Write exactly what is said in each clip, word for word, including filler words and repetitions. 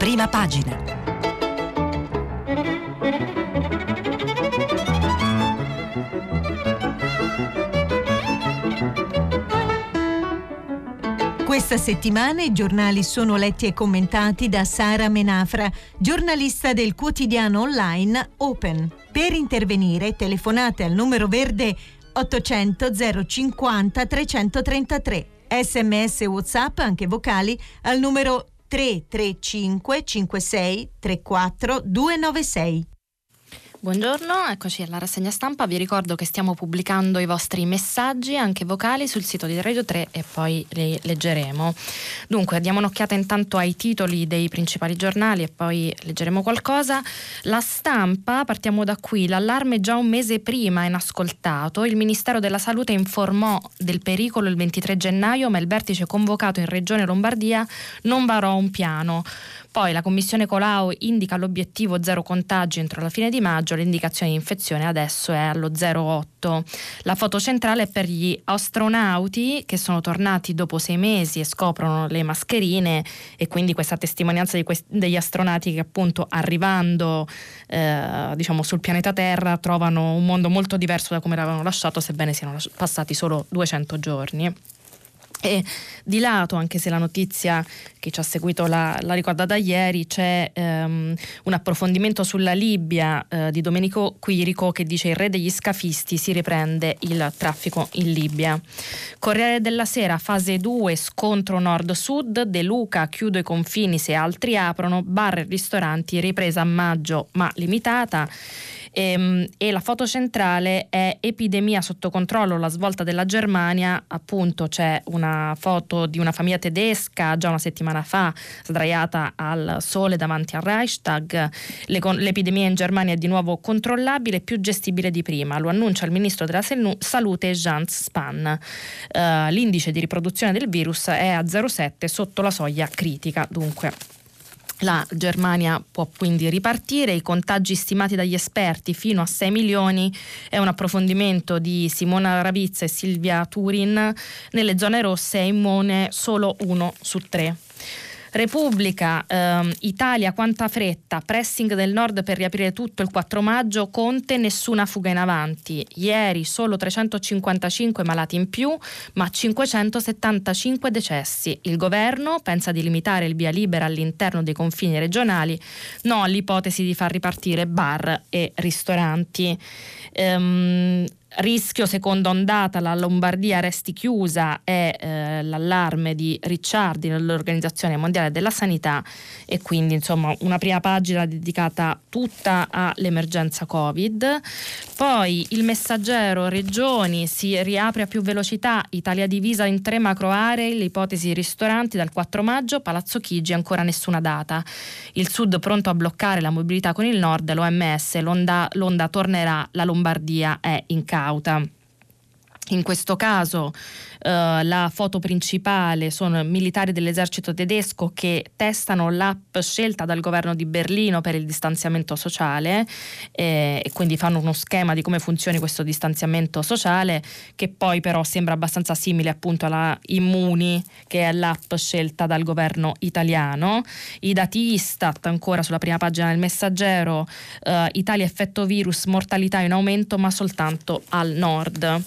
Prima pagina. Questa settimana i giornali sono letti e commentati da Sara Menafra, giornalista del quotidiano online Open. Per intervenire telefonate al numero verde ottocento zero cinquanta trecentotrentatré. Sms e WhatsApp, anche vocali, al numero tre tre cinque cinque sei tre quattro due nove sei. Buongiorno, eccoci alla rassegna stampa. Vi ricordo che stiamo pubblicando i vostri messaggi, anche vocali, sul sito di Radio tre e poi li leggeremo. Dunque, diamo un'occhiata intanto ai titoli dei principali giornali e poi leggeremo qualcosa. La Stampa, partiamo da qui. L'allarme già un mese prima inascoltato. Il Ministero della Salute informò del pericolo il ventitré gennaio, ma il vertice convocato in Regione Lombardia non varò un piano. Poi la commissione Colau indica l'obiettivo zero contagi entro la fine di maggio, l'indicazione di infezione adesso è allo zero virgola otto. La foto centrale è per gli astronauti che sono tornati dopo sei mesi e scoprono le mascherine, e quindi questa testimonianza di questi, degli astronauti che appunto arrivando eh, diciamo sul pianeta Terra trovano un mondo molto diverso da come l'avevano lasciato, sebbene siano passati solo duecento giorni. E di lato, anche se la notizia che ci ha seguito la, la ricorda da ieri, c'è um, un approfondimento sulla Libia uh, di Domenico Quirico, che dice: il re degli scafisti, si riprende il traffico in Libia. Corriere della Sera, fase due, scontro nord-sud, De Luca, chiudo i confini se altri aprono, bar e ristoranti, ripresa a maggio ma limitata. E, e la foto centrale è epidemia sotto controllo, la svolta della Germania. Appunto c'è una foto di una famiglia tedesca già una settimana fa sdraiata al sole davanti al Reichstag. Le, l'epidemia in Germania è di nuovo controllabile e più gestibile di prima, lo annuncia il ministro della salute Jens Spahn. Uh, l'indice di riproduzione del virus è a zero virgola sette, sotto la soglia critica. Dunque la Germania può quindi ripartire. I contagi stimati dagli esperti fino a sei milioni, è un approfondimento di Simona Ravizza e Silvia Turin. Nelle zone rosse è immune solo uno su tre. Repubblica, ehm, Italia quanta fretta, pressing del nord per riaprire tutto il quattro maggio, Conte nessuna fuga in avanti. Ieri solo trecentocinquantacinque malati in più, ma cinquecentosettantacinque decessi. Il governo pensa di limitare il via libera all'interno dei confini regionali, no all'ipotesi di far ripartire bar e ristoranti. Ehm, Rischio seconda ondata, la Lombardia resti chiusa, è eh, l'allarme di Ricciardi dell'Organizzazione Mondiale della Sanità, e quindi insomma una prima pagina dedicata tutta all'emergenza Covid. Poi il Messaggero, regioni, si riapre a più velocità, Italia divisa in tre macro aree, l'ipotesi ristoranti dal quattro maggio, Palazzo Chigi ancora nessuna data. Il sud pronto a bloccare la mobilità con il nord, l'O M S, l'onda, l'onda tornerà, la Lombardia è in cauta. In questo caso eh, la foto principale sono militari dell'esercito tedesco che testano l'app scelta dal governo di Berlino per il distanziamento sociale, eh, e quindi fanno uno schema di come funzioni questo distanziamento sociale, che poi però sembra abbastanza simile appunto alla Immuni, che è l'app scelta dal governo italiano. I dati Istat ancora sulla prima pagina del Messaggero, eh, Italia effetto virus, mortalità in aumento ma soltanto al nord.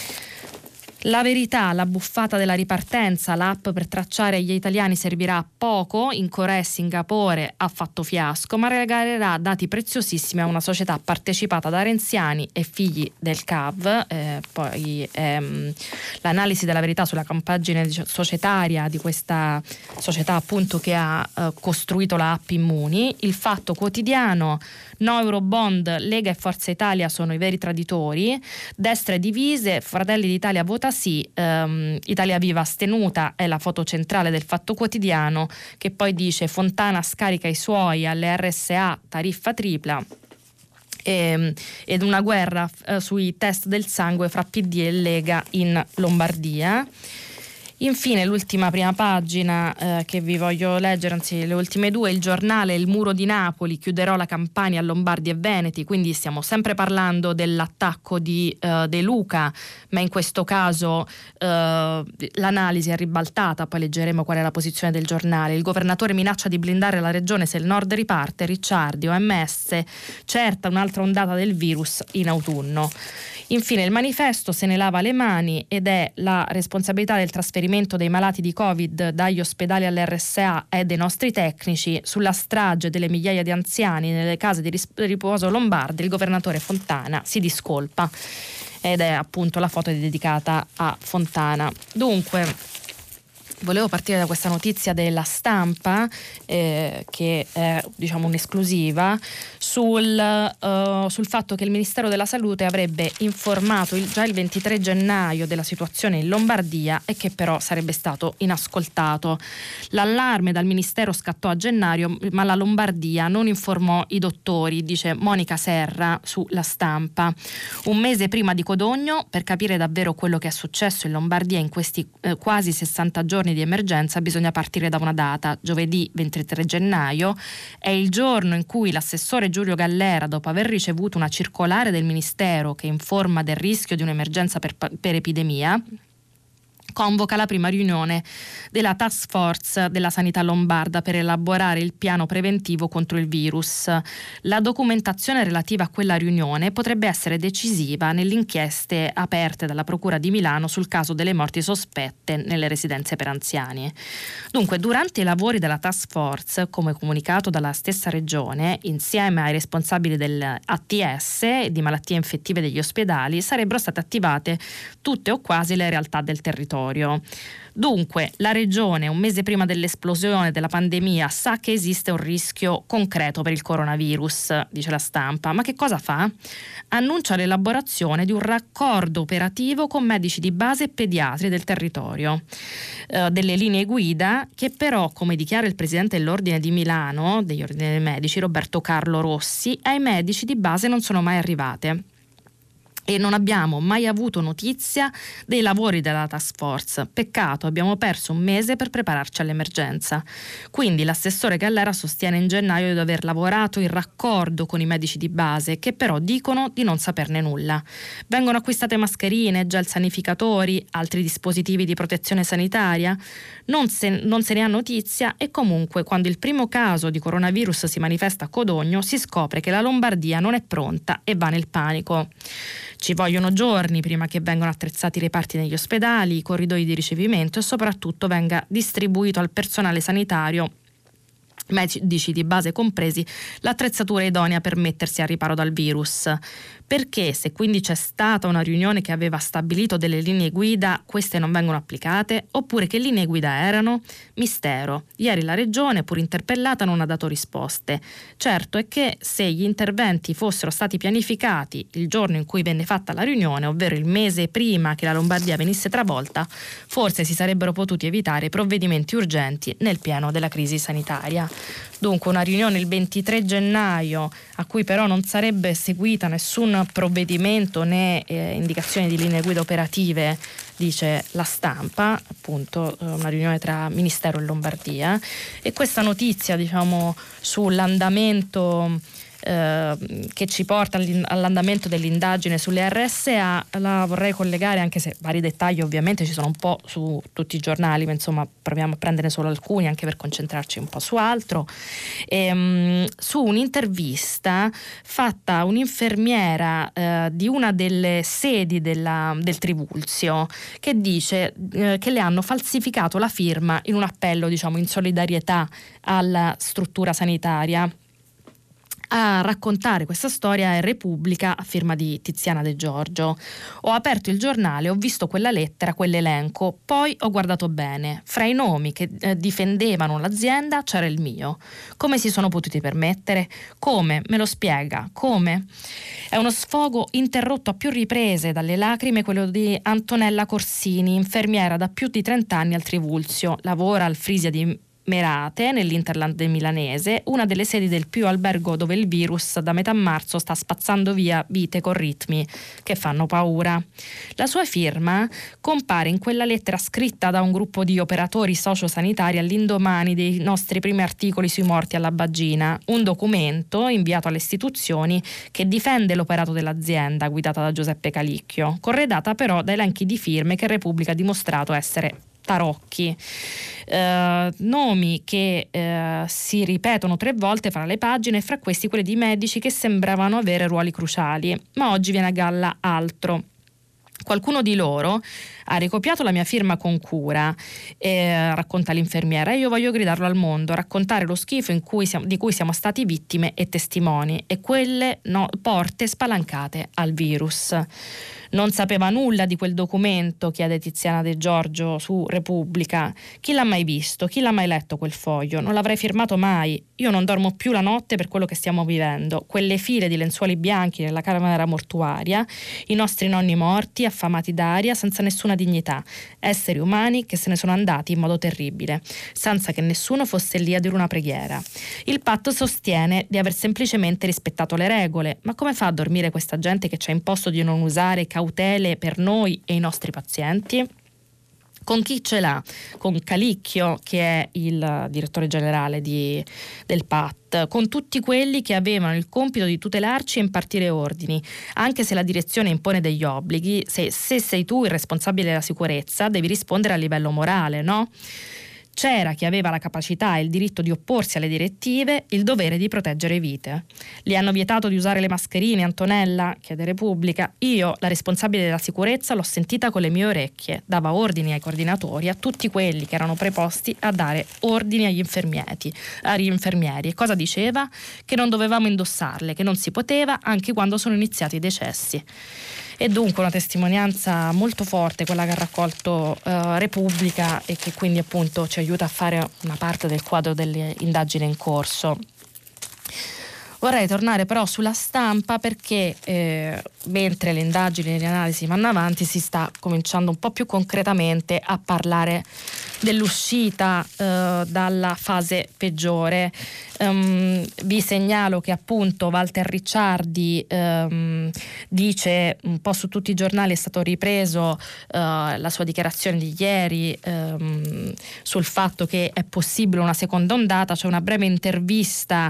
La Verità, la buffata della ripartenza, l'app per tracciare gli italiani servirà a poco, in Corea e Singapore ha fatto fiasco, ma regalerà dati preziosissimi a una società partecipata da renziani e figli del C A V. Eh, poi ehm, l'analisi della Verità sulla compagine societaria di questa società appunto che ha eh, costruito la app Immuni. Il Fatto Quotidiano, no Eurobond, Lega e Forza Italia sono i veri traditori, destre divise, Fratelli d'Italia vota sì, ehm, Italia Viva astenuta è la foto centrale del Fatto Quotidiano, che poi dice: Fontana scarica i suoi, alle R S A tariffa tripla, e, ed una guerra eh, sui test del sangue fra P D e Lega in Lombardia. Infine l'ultima prima pagina eh, che vi voglio leggere, anzi le ultime due, il giornale Il Muro di Napoli, chiuderò la Campania a Lombardi e Veneti, quindi stiamo sempre parlando dell'attacco di eh, De Luca, ma in questo caso eh, l'analisi è ribaltata, poi leggeremo qual è la posizione del giornale. Il governatore minaccia di blindare la regione se il nord riparte, Ricciardi, O M S, certa un'altra ondata del virus in autunno. Infine il Manifesto se ne lava le mani ed è la responsabilità del trasferimento dei malati di Covid dagli ospedali all'R S A e dei nostri tecnici. Sulla strage delle migliaia di anziani nelle case di riposo lombardi il governatore Fontana si discolpa, ed è appunto la foto dedicata a Fontana. Dunque volevo partire da questa notizia della Stampa eh, che è diciamo un'esclusiva sul, uh, sul fatto che il Ministero della Salute avrebbe informato il, già il ventitré gennaio della situazione in Lombardia e che però sarebbe stato inascoltato. L'allarme dal Ministero scattò a gennaio, ma la Lombardia non informò i dottori, dice Monica Serra sulla Stampa. Un mese prima di Codogno, per capire davvero quello che è successo in Lombardia in questi eh, quasi sessanta giorni di emergenza, bisogna partire da una data. Giovedì ventitré gennaio è il giorno in cui l'assessore Giulio Gallera, dopo aver ricevuto una circolare del Ministero che informa del rischio di un'emergenza per, per epidemia, convoca la prima riunione della task force della sanità lombarda per elaborare il piano preventivo contro il virus. La documentazione relativa a quella riunione potrebbe essere decisiva nelle inchieste aperte dalla Procura di Milano sul caso delle morti sospette nelle residenze per anziani. Dunque, durante i lavori della task force, come comunicato dalla stessa regione, insieme ai responsabili dell'A T S e di malattie infettive degli ospedali, sarebbero state attivate tutte o quasi le realtà del territorio. Dunque, la regione, un mese prima dell'esplosione della pandemia, sa che esiste un rischio concreto per il coronavirus, dice la Stampa, ma che cosa fa? Annuncia l'elaborazione di un raccordo operativo con medici di base e pediatri del territorio, eh, delle linee guida che però, come dichiara il presidente dell'Ordine di Milano, degli ordini dei medici, Roberto Carlo Rossi, ai medici di base non sono mai arrivate. E non abbiamo mai avuto notizia dei lavori della task force. Peccato, abbiamo perso un mese per prepararci all'emergenza. Quindi l'assessore Gallera sostiene in gennaio di aver lavorato in raccordo con i medici di base, che però dicono di non saperne nulla. Vengono acquistate mascherine, gel sanificatori, altri dispositivi di protezione sanitaria? Non se, non se ne ha notizia e comunque quando il primo caso di coronavirus si manifesta a Codogno si scopre che la Lombardia non è pronta e va nel panico. Ci vogliono giorni prima che vengano attrezzati i reparti negli ospedali, i corridoi di ricevimento e soprattutto venga distribuito al personale sanitario, medici di base compresi, l'attrezzatura idonea per mettersi al riparo dal virus. Perché, se quindi c'è stata una riunione che aveva stabilito delle linee guida, queste non vengono applicate? Oppure che linee guida erano? Mistero. Ieri la regione, pur interpellata, non ha dato risposte. Certo è che se gli interventi fossero stati pianificati il giorno in cui venne fatta la riunione, ovvero il mese prima che la Lombardia venisse travolta, forse si sarebbero potuti evitare provvedimenti urgenti nel pieno della crisi sanitaria. Dunque una riunione il ventitré gennaio a cui però non sarebbe seguita nessun provvedimento né eh, indicazioni di linee guida operative, dice la Stampa, appunto una riunione tra Ministero e Lombardia. E questa notizia, diciamo, sull'andamento eh, che ci porta all'andamento dell'indagine sulle R S A la vorrei collegare, anche se vari dettagli ovviamente ci sono un po' su tutti i giornali, ma insomma proviamo a prendere solo alcuni anche per concentrarci un po' su altro. E, um, su un'intervista fatta a un'infermiera eh, di una delle sedi della, del Trivulzio, che dice eh, che le hanno falsificato la firma in un appello, diciamo, in solidarietà alla struttura sanitaria. A raccontare questa storia è Repubblica a firma di Tiziana De Giorgio. Ho aperto il giornale, ho visto quella lettera, quell'elenco, poi ho guardato bene. Fra i nomi che eh, difendevano l'azienda c'era il mio. Come si sono potuti permettere? Come? Me lo spiega? Come? È uno sfogo interrotto a più riprese dalle lacrime quello di Antonella Corsini, infermiera da più di trenta anni al Trivulzio, lavora al Frisia di Merate, nell'Interland del Milanese, una delle sedi del Pio Albergo dove il virus da metà marzo sta spazzando via vite con ritmi che fanno paura. La sua firma compare in quella lettera scritta da un gruppo di operatori sociosanitari all'indomani dei nostri primi articoli sui morti alla Baggina, un documento inviato alle istituzioni che difende l'operato dell'azienda guidata da Giuseppe Calicchio, corredata però da elenchi di firme che Repubblica ha dimostrato essere tarocchi, eh, nomi che eh, si ripetono tre volte fra le pagine, e fra questi quelli di medici che sembravano avere ruoli cruciali, ma oggi viene a galla altro. Qualcuno di loro ha ricopiato la mia firma con cura, eh, racconta l'infermiera, e io voglio gridarlo al mondo, raccontare lo schifo in cui siamo, di cui siamo stati vittime e testimoni, e quelle no, porte spalancate al virus. Non sapeva nulla di quel documento, chiede Tiziana De Giorgio su Repubblica. Chi l'ha mai visto? Chi l'ha mai letto quel foglio? Non l'avrei firmato mai. Io non dormo più la notte per quello che stiamo vivendo. Quelle file di lenzuoli bianchi nella camera mortuaria, i nostri nonni morti, affamati d'aria, senza nessuna dignità. Esseri umani che se ne sono andati in modo terribile, senza che nessuno fosse lì a dire una preghiera. Il patto sostiene di aver semplicemente rispettato le regole, ma come fa a dormire questa gente che ci ha imposto di non usare cautele per noi e i nostri pazienti? Con chi ce l'ha? Con Calicchio, che è il direttore generale di, del P A T, con tutti quelli che avevano il compito di tutelarci e impartire ordini. Anche se la direzione impone degli obblighi, se, se sei tu il responsabile della sicurezza, devi rispondere a livello morale, no? C'era chi aveva la capacità e il diritto di opporsi alle direttive, il dovere di proteggere vite. Gli hanno vietato di usare le mascherine, Antonella? Chiede Repubblica. Io, la responsabile della sicurezza, l'ho sentita con le mie orecchie. Dava ordini ai coordinatori, a tutti quelli che erano preposti a dare ordini agli infermieri. Agli infermieri. E cosa diceva? Che non dovevamo indossarle, che non si poteva, anche quando sono iniziati i decessi. E dunque una testimonianza molto forte, quella che ha raccolto uh, Repubblica, e che quindi appunto ci aiuta a fare una parte del quadro delle indagini in corso. Vorrei tornare però sulla Stampa, perché eh, mentre le indagini e le analisi vanno avanti, si sta cominciando un po' più concretamente a parlare dell'uscita eh, dalla fase peggiore. Um, vi segnalo che appunto Walter Ricciardi um, dice un po' su tutti i giornali, è stato ripreso uh, la sua dichiarazione di ieri um, sul fatto che è possibile una seconda ondata. C'è una breve intervista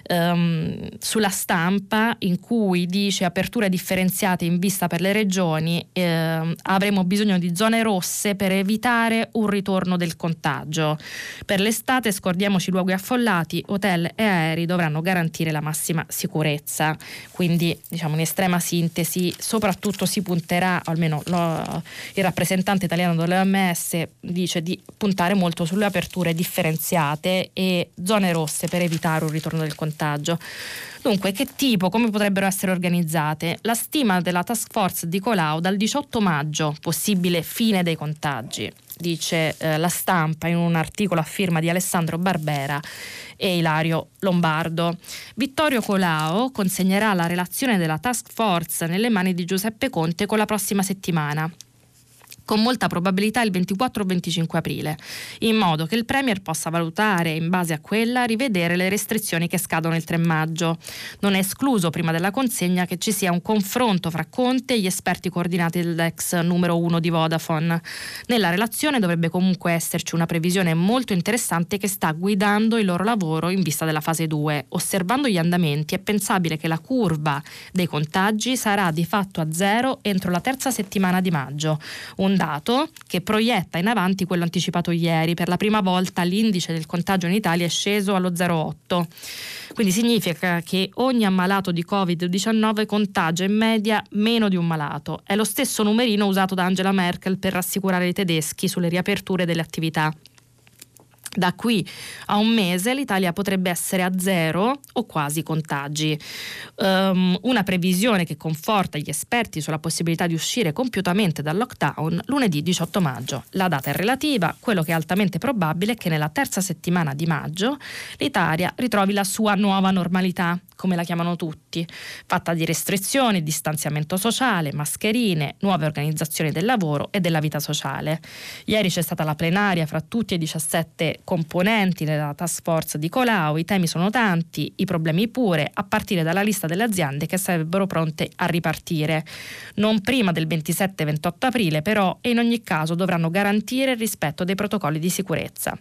um, sulla Stampa in cui dice: aperture differenziate in vista per le regioni, eh, avremo bisogno di zone rosse per evitare un ritorno del contagio. Per l'estate scordiamoci luoghi affollati, hotel e aerei dovranno garantire la massima sicurezza. Quindi, diciamo, in estrema sintesi, soprattutto si punterà, o almeno lo, il rappresentante italiano dell'O M S dice di puntare molto sulle aperture differenziate e zone rosse per evitare un ritorno del contagio. Dunque, che tipo, come potrebbero essere organizzate? La stima della task force di Colau: dal diciotto maggio, possibile fine dei contagi, dice eh, la Stampa in un articolo a firma di Alessandro Barbera e Ilario Lombardo. Vittorio Colau consegnerà la relazione della task force nelle mani di Giuseppe Conte con la prossima settimana, con molta probabilità il ventiquattro o venticinque aprile, in modo che il Premier possa valutare e in base a quella rivedere le restrizioni che scadono il tre maggio. Non è escluso prima della consegna che ci sia un confronto fra Conte e gli esperti coordinati dell'ex numero uno di Vodafone. Nella relazione dovrebbe comunque esserci una previsione molto interessante che sta guidando il loro lavoro in vista della fase due. Osservando gli andamenti è pensabile che la curva dei contagi sarà di fatto a zero entro la terza settimana di maggio, un dato che proietta in avanti quello anticipato ieri. Per la prima volta l'indice del contagio in Italia è sceso allo zero virgola otto. Quindi significa che ogni ammalato di covid diciannove contagia in media meno di un malato. È lo stesso numerino usato da Angela Merkel per rassicurare i tedeschi sulle riaperture delle attività. Da qui a un mese l'Italia potrebbe essere a zero o quasi contagi. Um, una previsione che conforta gli esperti sulla possibilità di uscire compiutamente dal lockdown lunedì diciotto maggio. La data è relativa, quello che è altamente probabile è che nella terza settimana di maggio l'Italia ritrovi la sua nuova normalità, come la chiamano tutti, fatta di restrizioni, distanziamento sociale, mascherine, nuove organizzazioni del lavoro e della vita sociale. Ieri c'è stata la plenaria fra tutti e diciassette componenti della task force di Colau. I temi sono tanti, i problemi pure, a partire dalla lista delle aziende che sarebbero pronte a ripartire. Non prima del ventisette ventotto aprile però, e in ogni caso dovranno garantire il rispetto dei protocolli di sicurezza.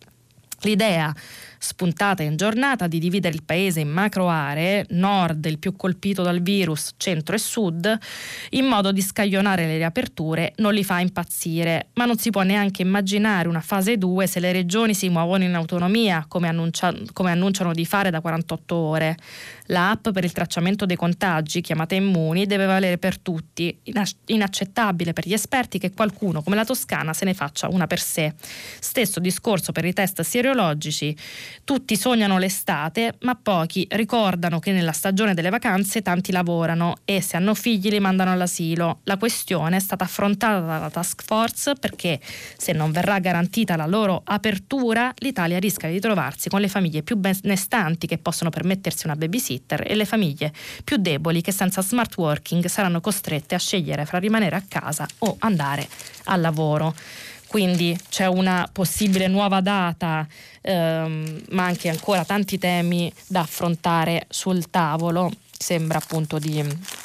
L'idea spuntata in giornata di dividere il paese in macro aree, nord il più colpito dal virus, centro e sud, in modo di scaglionare le riaperture, non li fa impazzire, ma non si può neanche immaginare una fase due se le regioni si muovono in autonomia, come, annuncia, come annunciano di fare da quarantotto ore. La app per il tracciamento dei contagi, chiamata Immuni, deve valere per tutti. Inaccettabile per gli esperti che qualcuno come la Toscana se ne faccia una per sé. Stesso discorso per i test sierologici. Tutti sognano l'estate, ma pochi ricordano che nella stagione delle vacanze tanti lavorano e se hanno figli li mandano all'asilo. La questione è stata affrontata dalla task force perché se non verrà garantita la loro apertura, l'Italia rischia di trovarsi con le famiglie più benestanti che possono permettersi una babysitter e le famiglie più deboli che senza smart working saranno costrette a scegliere fra rimanere a casa o andare al lavoro. Quindi c'è una possibile nuova data, ehm, ma anche ancora tanti temi da affrontare sul tavolo, sembra appunto di,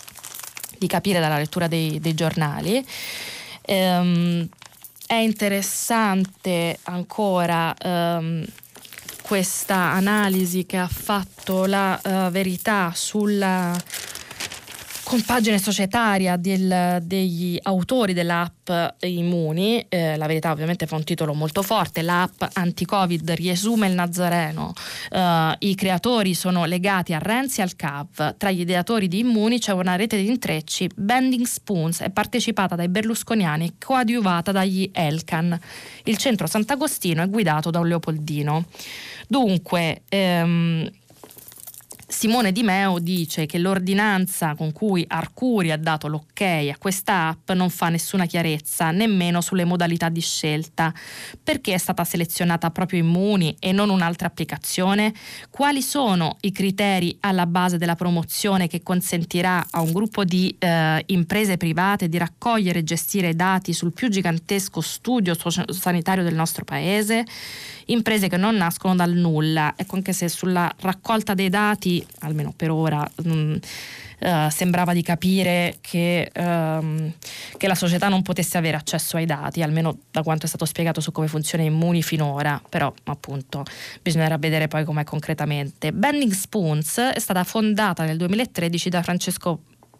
di capire dalla lettura dei, dei giornali. Ehm, è interessante ancora ehm, questa analisi che ha fatto la uh, Verità sulla compagine societaria del, degli autori dell'app Immuni. Eh, la Verità ovviamente fa un titolo molto forte: l'app anti-Covid riesume il Nazareno, eh, i creatori sono legati a Renzi e al C A V, tra gli ideatori di Immuni c'è una rete di intrecci, Bending Spoons è partecipata dai berlusconiani e coadiuvata dagli Elkan, il centro Sant'Agostino è guidato da un leopoldino. Dunque ehm, Simone Di Meo dice che l'ordinanza con cui Arcuri ha dato l'ok a questa app non fa nessuna chiarezza nemmeno sulle modalità di scelta. Perché è stata selezionata proprio Immuni e non un'altra applicazione? Quali sono i criteri alla base della promozione che consentirà a un gruppo di eh, imprese private di raccogliere e gestire dati sul più gigantesco studio sanitario del nostro paese? Imprese che non nascono dal nulla. Ecco, anche se sulla raccolta dei dati, almeno per ora, mh, uh, sembrava di capire che, um, che la società non potesse avere accesso ai dati, almeno da quanto è stato spiegato su come funziona Immuni finora, però appunto bisognerà vedere poi com'è concretamente. Bending Spoons è stata fondata nel duemilatredici da Francesco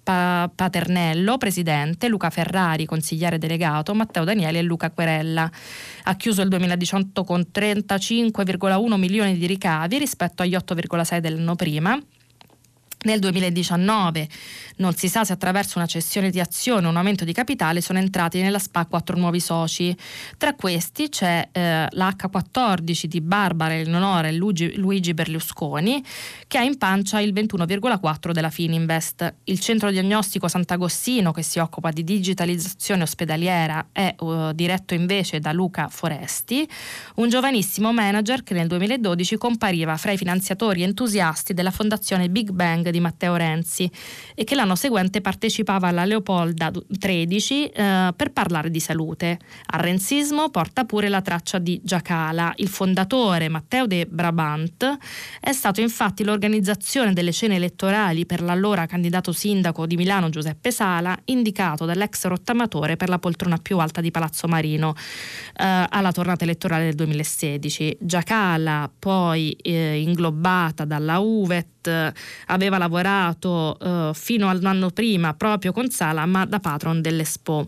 Paternello, presidente, Luca Ferrari, consigliere delegato, Matteo Danieli e Luca Querella. Ha chiuso il duemiladiciotto con trentacinque virgola uno milioni di ricavi rispetto agli otto virgola sei dell'anno prima. Nel duemiladiciannove non si sa se attraverso una cessione di azioni o un aumento di capitale sono entrati nella S P A quattro nuovi soci. Tra questi c'è eh, la acca quattordici di Barbara Eleonora e Luigi, Luigi Berlusconi, che ha in pancia il ventuno virgola quattro della Fininvest. Il centro diagnostico Sant'Agostino, che si occupa di digitalizzazione ospedaliera, è uh, diretto invece da Luca Foresti, un giovanissimo manager che nel duemiladodici compariva fra i finanziatori entusiasti della fondazione Big Bang di Matteo Renzi e che l'anno seguente partecipava alla Leopolda tredici eh, per parlare di salute. Al renzismo porta pure la traccia di Giacala. Il fondatore, Matteo de Brabant, è stato infatti l'organizzazione delle cene elettorali per l'allora candidato sindaco di Milano Giuseppe Sala, indicato dall'ex rottamatore per la poltrona più alta di Palazzo Marino eh, alla tornata elettorale del duemilasedici. Giacala, poi eh, inglobata dalla Uvet, aveva lavorato uh, fino all'anno prima proprio con Sala, ma da patron dell'Expo.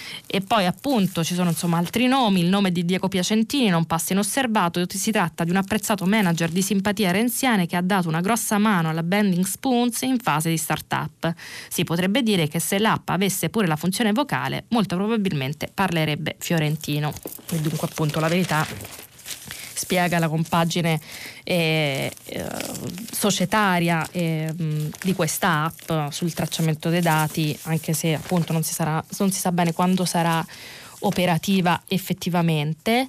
E poi appunto ci sono insomma altri nomi. Il nome di Diego Piacentini non passa inosservato. Si tratta di un apprezzato manager di simpatia renziane che ha dato una grossa mano alla Bending Spoons in fase di start-up. Si potrebbe dire che se l'app avesse pure la funzione vocale, molto probabilmente parlerebbe fiorentino. E dunque appunto La Verità spiega la compagine eh, eh, societaria eh, di questa app sul tracciamento dei dati, anche se appunto non si, sarà, non si sa bene quando sarà operativa effettivamente.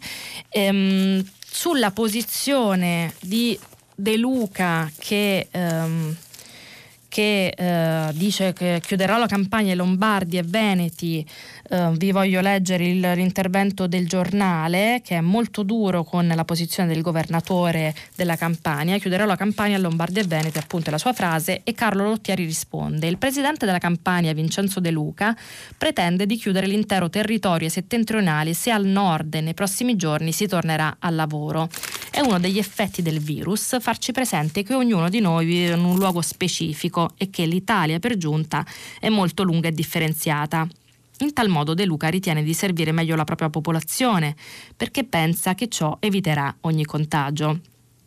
Ehm, sulla posizione di De Luca che, ehm, che eh, dice che chiuderò la campagna ai Lombardi e Veneti. Eh, vi voglio leggere il, l'intervento del Giornale, che è molto duro con la posizione del governatore della Campania. Chiuderò la campagna a Lombardi e Veneti, appunto è la sua frase, e Carlo Lottieri risponde: il presidente della Campania, Vincenzo De Luca, pretende di chiudere l'intero territorio settentrionale se al nord nei prossimi giorni si tornerà al lavoro. È uno degli effetti del virus farci presente che ognuno di noi vive in un luogo specifico e che l'Italia per giunta è molto lunga e differenziata. In tal modo De Luca ritiene di servire meglio la propria popolazione, perché pensa che ciò eviterà ogni contagio.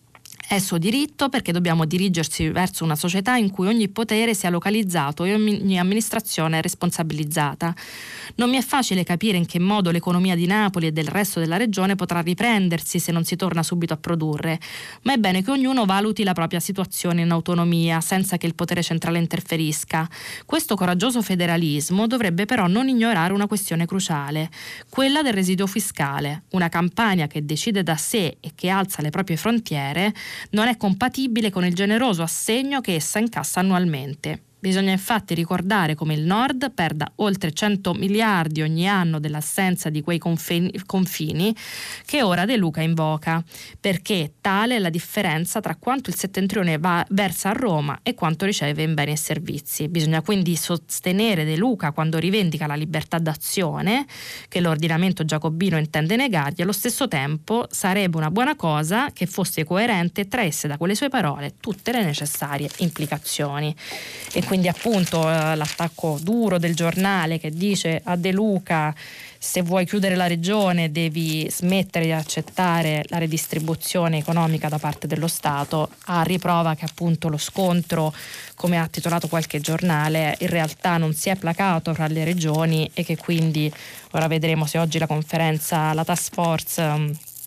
È suo diritto, perché dobbiamo dirigersi verso una società in cui ogni potere sia localizzato e ogni amministrazione è responsabilizzata. Non mi è facile capire in che modo l'economia di Napoli e del resto della regione potrà riprendersi se non si torna subito a produrre, ma è bene che ognuno valuti la propria situazione in autonomia, senza che il potere centrale interferisca. Questo coraggioso federalismo dovrebbe però non ignorare una questione cruciale, quella del residuo fiscale. Una Campania che decide da sé e che alza le proprie frontiere non è compatibile con il generoso assegno che essa incassa annualmente. Bisogna infatti ricordare come il Nord perda oltre cento miliardi ogni anno dell'assenza di quei confini, confini che ora De Luca invoca, perché tale è la differenza tra quanto il settentrione va, versa a Roma e quanto riceve in beni e servizi. Bisogna quindi sostenere De Luca quando rivendica la libertà d'azione, che l'ordinamento giacobino intende negargli. Allo stesso tempo sarebbe una buona cosa che fosse coerente e traesse da quelle sue parole tutte le necessarie implicazioni. E quindi appunto eh, l'attacco duro del Giornale, che dice a De Luca: se vuoi chiudere la regione devi smettere di accettare la redistribuzione economica da parte dello Stato, a riprova che appunto lo scontro, come ha titolato qualche giornale, in realtà non si è placato fra le regioni e che quindi ora vedremo se oggi la conferenza, la task force um,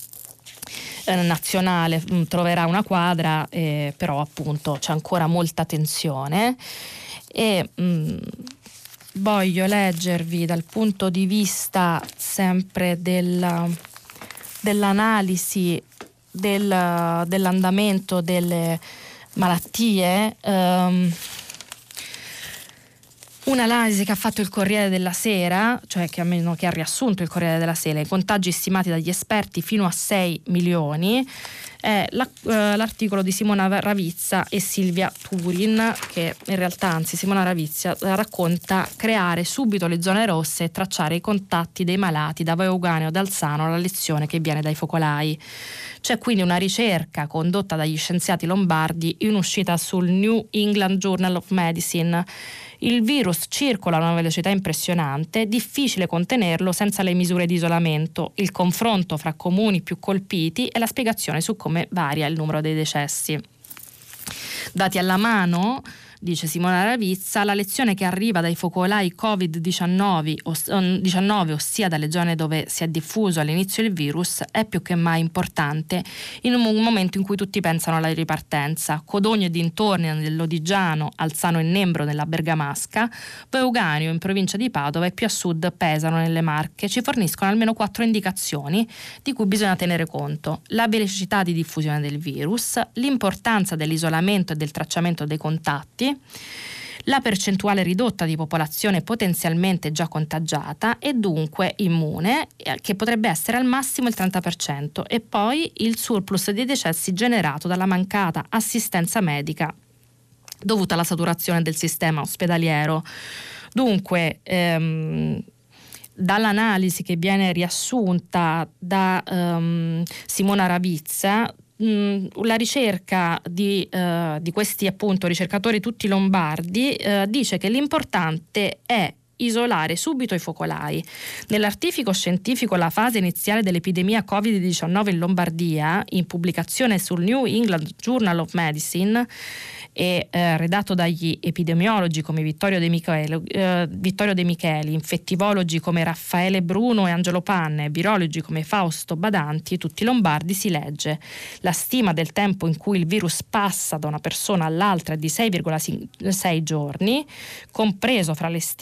nazionale mh, troverà una quadra, eh, però appunto c'è ancora molta tensione. E mh, voglio leggervi dal punto di vista sempre della, dell'analisi del, dell'andamento delle malattie, um, un'analisi che ha fatto il Corriere della Sera, cioè che, almeno, che ha riassunto il Corriere della Sera, i contagi stimati dagli esperti fino a sei milioni. È la, eh, l'articolo di Simona Ravizza e Silvia Turin, che in realtà, anzi Simona Ravizza racconta creare subito le zone rosse e tracciare i contatti dei malati da Euganeo ad Alzano, la lezione che viene dai focolai. C'è quindi una ricerca condotta dagli scienziati lombardi in uscita sul New England Journal of Medicine. Il virus circola a una velocità impressionante, difficile contenerlo senza le misure di isolamento, il confronto fra comuni più colpiti e la spiegazione su come varia il numero dei decessi. Dati alla mano, dice Simona Ravizza, la lezione che arriva dai focolai covid diciannove, ossia dalle zone dove si è diffuso all'inizio il virus, è più che mai importante in un momento in cui tutti pensano alla ripartenza. Codogno e dintorni nell'Odigiano, Alzano e Nembro nella Bergamasca, Euganeo in provincia di Padova e più a sud Pesaro nelle Marche ci forniscono almeno quattro indicazioni di cui bisogna tenere conto: la velocità di diffusione del virus, l'importanza dell'isolamento e del tracciamento dei contatti, la percentuale ridotta di popolazione potenzialmente già contagiata e dunque immune, che potrebbe essere al massimo il trenta per cento, e poi il surplus di decessi generato dalla mancata assistenza medica dovuta alla saturazione del sistema ospedaliero. Dunque, ehm, dall'analisi che viene riassunta da ehm, Simona Ravizza, la ricerca di, uh, di questi appunto ricercatori tutti lombardi uh, dice che l'importante è isolare subito i focolai. Nell'articolo scientifico La fase iniziale dell'epidemia covid diciannove in Lombardia, in pubblicazione sul New England Journal of Medicine e eh, redatto dagli epidemiologi come Vittorio De Micheli, eh, Vittorio De Micheli, infettivologi come Raffaele Bruno e Angelo Panna e virologi come Fausto Badanti, tutti lombardi, si legge: la stima del tempo in cui il virus passa da una persona all'altra è di sei virgola sei giorni, compreso fra le stime ottenute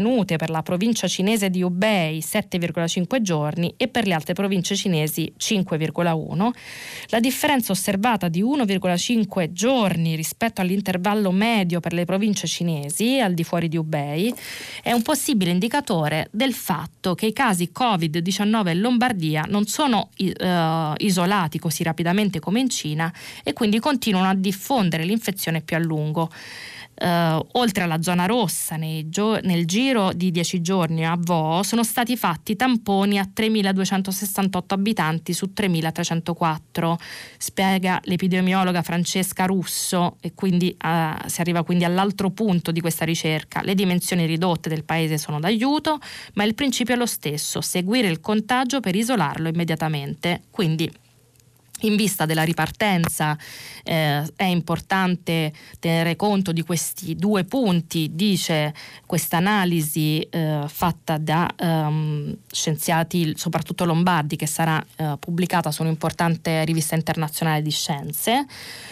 sostenute per la provincia cinese di Hubei sette virgola cinque giorni e per le altre province cinesi cinque virgola uno. La differenza osservata di uno virgola cinque giorni rispetto all'intervallo medio per le province cinesi al di fuori di Hubei è un possibile indicatore del fatto che i casi covid diciannove in Lombardia non sono uh, isolati così rapidamente come in Cina e quindi continuano a diffondere l'infezione più a lungo. Uh, oltre alla zona rossa, nei gio- nel giro di dieci giorni a Vo sono stati fatti tamponi a tremiladuecentosessantotto abitanti su tremilatrecentoquattro, spiega l'epidemiologa Francesca Russo, e quindi uh, si arriva quindi all'altro punto di questa ricerca. Le dimensioni ridotte del paese sono d'aiuto, ma il principio è lo stesso: seguire il contagio per isolarlo immediatamente. Quindi, in vista della ripartenza eh, è importante tenere conto di questi due punti, dice questa analisi eh, fatta da um, scienziati soprattutto lombardi, che sarà eh, pubblicata su un'importante rivista internazionale di scienze.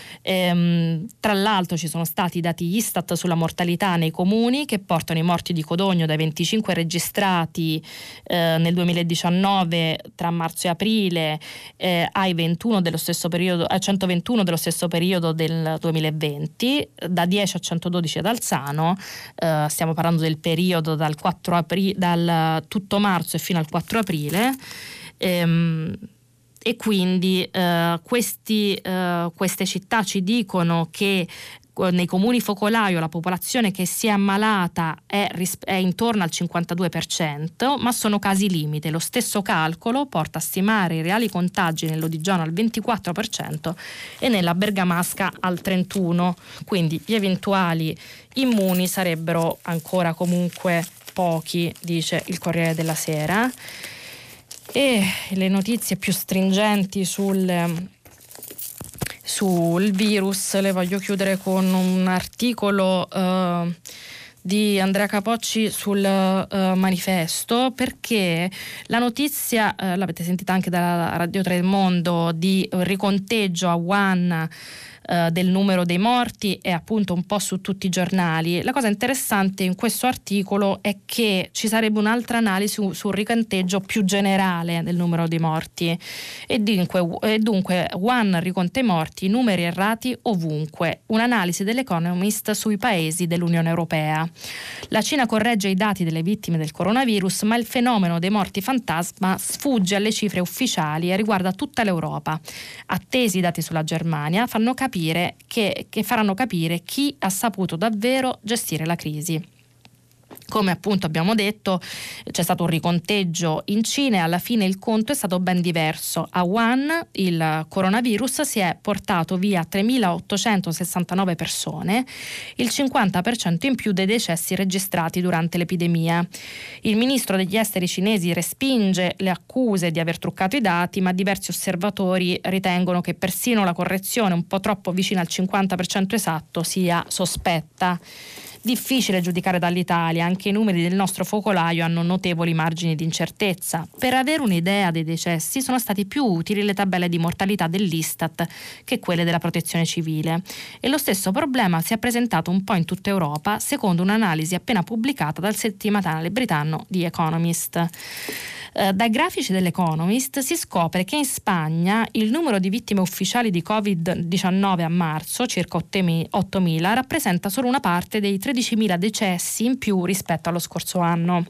Ehm, tra l'altro ci sono stati i dati Istat sulla mortalità nei comuni, che portano i morti di Codogno dai venticinque registrati eh, nel duemiladiciannove tra marzo e aprile eh, ai ventuno dello stesso periodo, a centoventuno dello stesso periodo del duemilaventi, da dieci a centododici ad Alzano. Eh, stiamo parlando del periodo dal quattro aprile, dal tutto marzo e fino al quattro aprile. Ehm, E quindi eh, questi, eh, queste città ci dicono che nei comuni focolaio la popolazione che si è ammalata è, è intorno al cinquantadue per cento, ma sono casi limite. Lo stesso calcolo porta a stimare i reali contagi nell'Odigiano al ventiquattro per cento e nella Bergamasca al trentuno per cento, quindi gli eventuali immuni sarebbero ancora comunque pochi, dice il Corriere della Sera. E le notizie più stringenti sul, sul virus le voglio chiudere con un articolo uh, di Andrea Capocci sul uh, Manifesto, perché la notizia, uh, l'avete sentita anche dalla Radio tre Mondo, di riconteggio a Wuhan del numero dei morti è appunto un po' su tutti i giornali. La cosa interessante in questo articolo è che ci sarebbe un'altra analisi su, sul riconteggio più generale del numero dei morti e dunque, e dunque Wuhan riconta i morti, numeri errati ovunque, un'analisi dell'Economist sui paesi dell'Unione Europea. La Cina corregge i dati delle vittime del coronavirus, ma il fenomeno dei morti fantasma sfugge alle cifre ufficiali e riguarda tutta l'Europa. Attesi i dati sulla Germania fanno capire Che, che faranno capire chi ha saputo davvero gestire la crisi. Come appunto abbiamo detto, c'è stato un riconteggio in Cina e alla fine il conto è stato ben diverso. A Wuhan il coronavirus si è portato via tremilaottocentosessantanove persone, il cinquanta per cento in più dei decessi registrati durante l'epidemia. Il ministro degli esteri cinesi respinge le accuse di aver truccato i dati, ma diversi osservatori ritengono che persino la correzione un po' troppo vicina al cinquanta per cento esatto sia sospetta. Difficile giudicare dall'Italia, anche i numeri del nostro focolaio hanno notevoli margini di incertezza. Per avere un'idea dei decessi sono stati più utili le tabelle di mortalità dell'Istat che quelle della Protezione Civile. E lo stesso problema si è presentato un po' in tutta Europa, secondo un'analisi appena pubblicata dal settimanale britannico The Economist. Eh, dai grafici dell'Economist si scopre che in Spagna il numero di vittime ufficiali di covid diciannove a marzo, circa ottomila, rappresenta solo una parte dei tredicimila decessi in più rispetto allo scorso anno.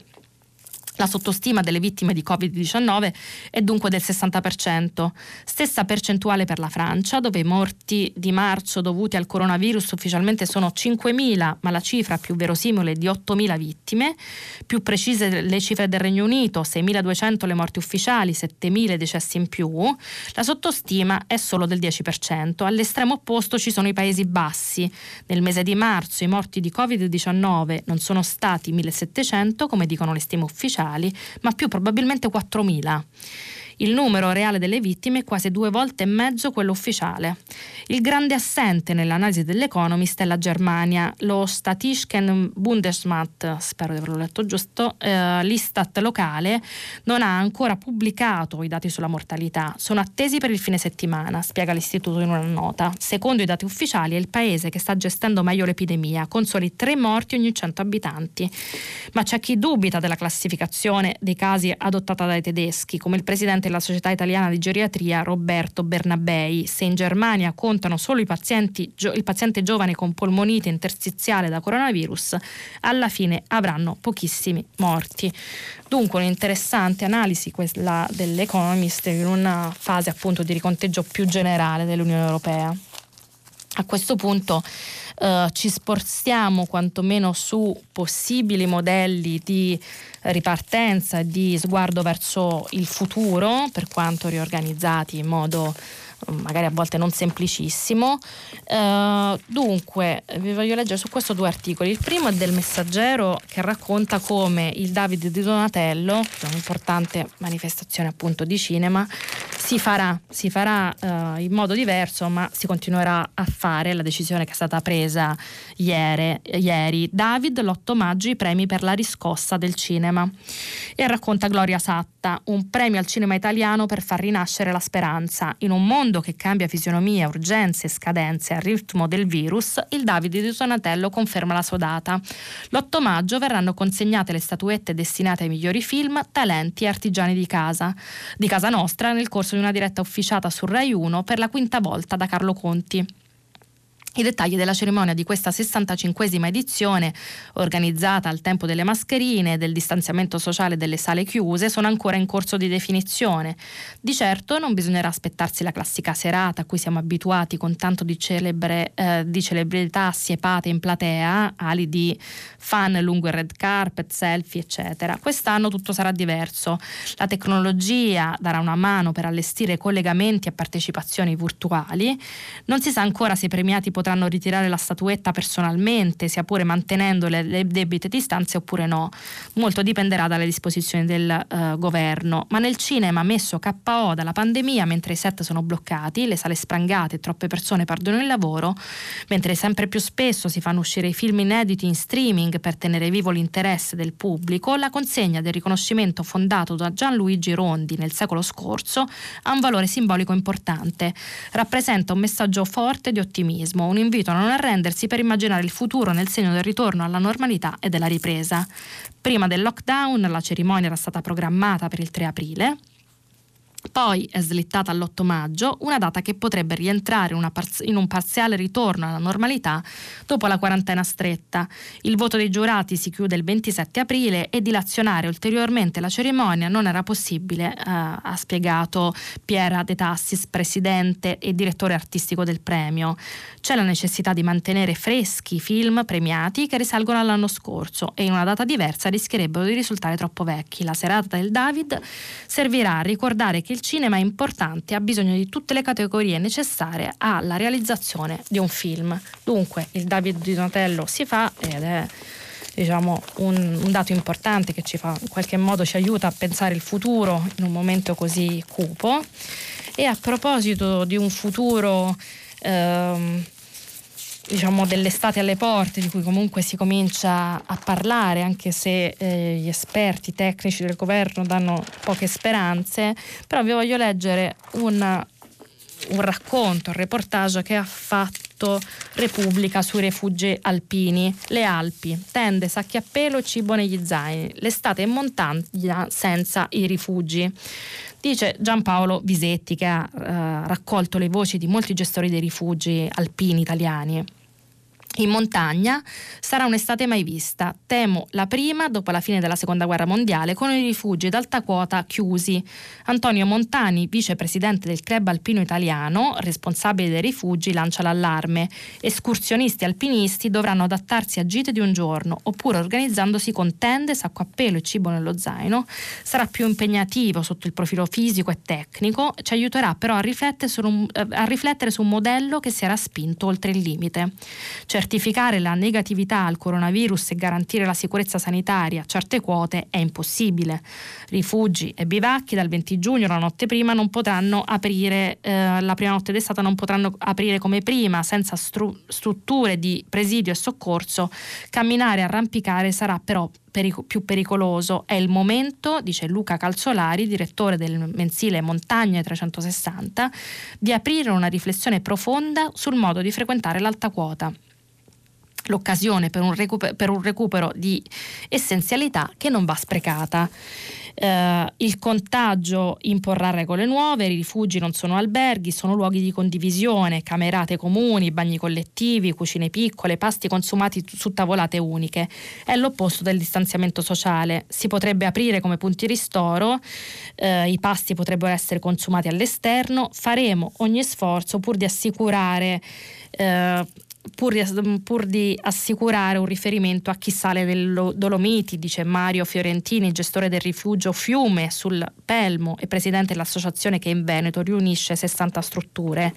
La sottostima delle vittime di covid diciannove è dunque del sessanta per cento. Stessa percentuale per la Francia, dove i morti di marzo dovuti al coronavirus ufficialmente sono cinquemila, ma la cifra più verosimile è di ottomila vittime. Più precise le cifre del Regno Unito, seimiladuecento le morti ufficiali, settemila decessi in più. La sottostima è solo del dieci per cento. All'estremo opposto ci sono i Paesi Bassi. Nel mese di marzo i morti di covid diciannove non sono stati millesettecento, come dicono le stime ufficiali, ma più probabilmente quattromila. Il numero reale delle vittime è quasi due volte e mezzo quello ufficiale. Il grande assente nell'analisi dell'Economist è la Germania. Lo Statischen Bundesrat, spero di averlo letto giusto, eh, l'Istat locale non ha ancora pubblicato i dati sulla mortalità. Sono attesi per il fine settimana, spiega l'istituto in una nota. Secondo i dati ufficiali è il paese che sta gestendo meglio l'epidemia, con soli tre morti ogni cento abitanti. Ma c'è chi dubita della classificazione dei casi adottata dai tedeschi, come il presidente della Società Italiana di Geriatria Roberto Bernabei. Se in Germania contano solo i pazienti, il paziente giovane con polmonite interstiziale da coronavirus, alla fine avranno pochissimi morti. Dunque un'interessante analisi quella dell'Economist in una fase appunto di riconteggio più generale dell'Unione Europea. A questo punto eh, ci spostiamo quantomeno su possibili modelli di ripartenza e di sguardo verso il futuro, per quanto riorganizzati in modo magari a volte non semplicissimo. Uh, dunque vi voglio leggere su questo due articoli. Il primo è del Messaggero, che racconta come il David di Donatello, che è un'importante manifestazione appunto di cinema, si farà, si farà uh, in modo diverso, ma si continuerà a fare. La decisione che è stata presa ieri, ieri. David, l'otto maggio, i premi per la riscossa del cinema. E racconta Gloria Satta, un premio al cinema italiano per far rinascere la speranza. In un mondo che cambia fisionomia, urgenze e scadenze al ritmo del virus, il David di Donatello conferma la sua data. L'otto maggio verranno consegnate le statuette destinate ai migliori film, talenti e artigiani di casa, di casa nostra, nel corso di una diretta officiata su Rai uno per la quinta volta da Carlo Conti. I dettagli della cerimonia di questa sessantacinquesima edizione, organizzata al tempo delle mascherine e del distanziamento sociale delle sale chiuse, sono ancora in corso di definizione. Di certo non bisognerà aspettarsi la classica serata a cui siamo abituati, con tanto di, celebre, eh, di celebrità assiepate in platea, ali di fan lungo il red carpet, selfie eccetera. Quest'anno tutto sarà diverso. La tecnologia darà una mano per allestire collegamenti e partecipazioni virtuali. Non si sa ancora se i premiati potranno ritirare la statuetta personalmente, sia pure mantenendo le, le debite distanze oppure no. Molto dipenderà dalle disposizioni del uh, governo. Ma nel cinema messo K O dalla pandemia, mentre i set sono bloccati, le sale sprangate e troppe persone perdono il lavoro, mentre sempre più spesso si fanno uscire i film inediti in streaming per tenere vivo l'interesse del pubblico, la consegna del riconoscimento fondato da Gianluigi Rondi nel secolo scorso ha un valore simbolico importante. Rappresenta un messaggio forte di ottimismo, un invito a non arrendersi per immaginare il futuro nel segno del ritorno alla normalità e della ripresa. Prima del lockdown la cerimonia era stata programmata per il tre aprile. Poi è slittata all'otto maggio, una data che potrebbe rientrare una parz- in un parziale ritorno alla normalità dopo la quarantena stretta. Il voto dei giurati si chiude il ventisette aprile e dilazionare ulteriormente la cerimonia non era possibile, eh, ha spiegato Piera De Tassis, presidente e direttore artistico del premio. C'è la necessità di mantenere freschi i film premiati che risalgono all'anno scorso e in una data diversa rischierebbero di risultare troppo vecchi. La serata del David servirà a ricordare che il cinema è importante, ha bisogno di tutte le categorie necessarie alla realizzazione di un film. Dunque il David di Donatello si fa ed è diciamo un, un dato importante che ci fa, in qualche modo ci aiuta a pensare il futuro in un momento così cupo. E a proposito di un futuro ehm, diciamo dell'estate alle porte, di cui comunque si comincia a parlare, anche se eh, gli esperti tecnici del governo danno poche speranze, però vi voglio leggere un, un racconto, un reportage che ha fatto Repubblica sui rifugi alpini. Le Alpi, tende, sacchi a pelo e cibo negli zaini, l'estate in montagna senza i rifugi. Dice Giampaolo Visetti, che ha eh, raccolto le voci di molti gestori dei rifugi alpini italiani. In montagna sarà un'estate mai vista, temo la prima dopo la fine della seconda guerra mondiale, con i rifugi d'alta quota chiusi. Antonio Montani, vicepresidente del Club Alpino Italiano, responsabile dei rifugi, lancia l'allarme. Escursionisti alpinisti dovranno adattarsi a gite di un giorno, oppure organizzandosi con tende, sacco a pelo e cibo nello zaino. Sarà più impegnativo sotto il profilo fisico e tecnico, ci aiuterà però a riflettere su un, a riflettere su un modello che si era spinto oltre il limite. C'è Certificare la negatività al coronavirus e garantire la sicurezza sanitaria a certe quote è impossibile. Rifugi e bivacchi dal venti giugno, la notte prima, non potranno aprire, eh, la prima notte d'estate non potranno aprire come prima, senza stru- strutture di presidio e soccorso. Camminare e arrampicare sarà però perico- più pericoloso. È il momento, dice Luca Calzolari, direttore del mensile Montagne trecentosessanta, di aprire una riflessione profonda sul modo di frequentare l'alta quota. L'occasione per un, recuper- per un recupero di essenzialità che non va sprecata. Eh, il contagio imporrà regole nuove, i rifugi non sono alberghi, sono luoghi di condivisione, camerate comuni, bagni collettivi, cucine piccole, pasti consumati su tavolate uniche. È l'opposto del distanziamento sociale. Si potrebbe aprire come punti ristoro, eh, i pasti potrebbero essere consumati all'esterno. Faremo ogni sforzo pur di assicurare eh, Pur di, pur di assicurare un riferimento a chi sale nelle Dolomiti, dice Mario Fiorentini, gestore del rifugio Fiume sul Pelmo e presidente dell'associazione che in Veneto riunisce sessanta strutture.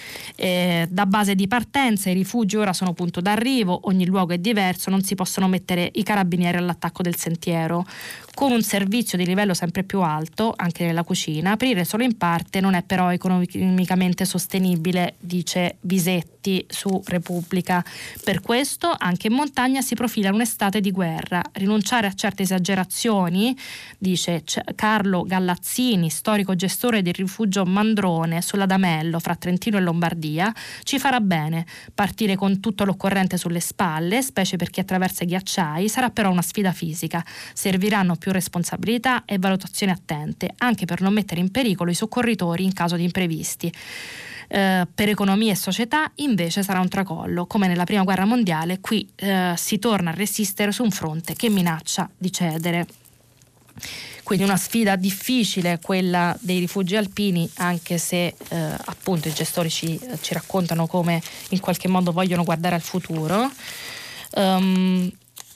Eh, da base di partenza i rifugi ora sono punto d'arrivo, ogni luogo è diverso, non si possono mettere i carabinieri all'attacco del sentiero. Con un servizio di livello sempre più alto, anche nella cucina, aprire solo in parte non è però economicamente sostenibile, dice Visetti su Repubblica. Per questo anche in montagna si profila un'estate di guerra. Rinunciare a certe esagerazioni, dice Carlo Gallazzini, storico gestore del rifugio Mandrone sull'Adamello fra Trentino e Lombardia, ci farà bene. Partire con tutto l'occorrente sulle spalle, specie per chi attraversa i ghiacciai, sarà però una sfida fisica. Serviranno più responsabilità e valutazioni attente, anche per non mettere in pericolo i soccorritori in caso di imprevisti. Eh, per economia e società invece sarà un tracollo. Come nella prima guerra mondiale, qui eh, si torna a resistere su un fronte che minaccia di cedere. Quindi una sfida difficile quella dei rifugi alpini, anche se eh, appunto i gestori ci, ci raccontano come in qualche modo vogliono guardare al futuro. Um,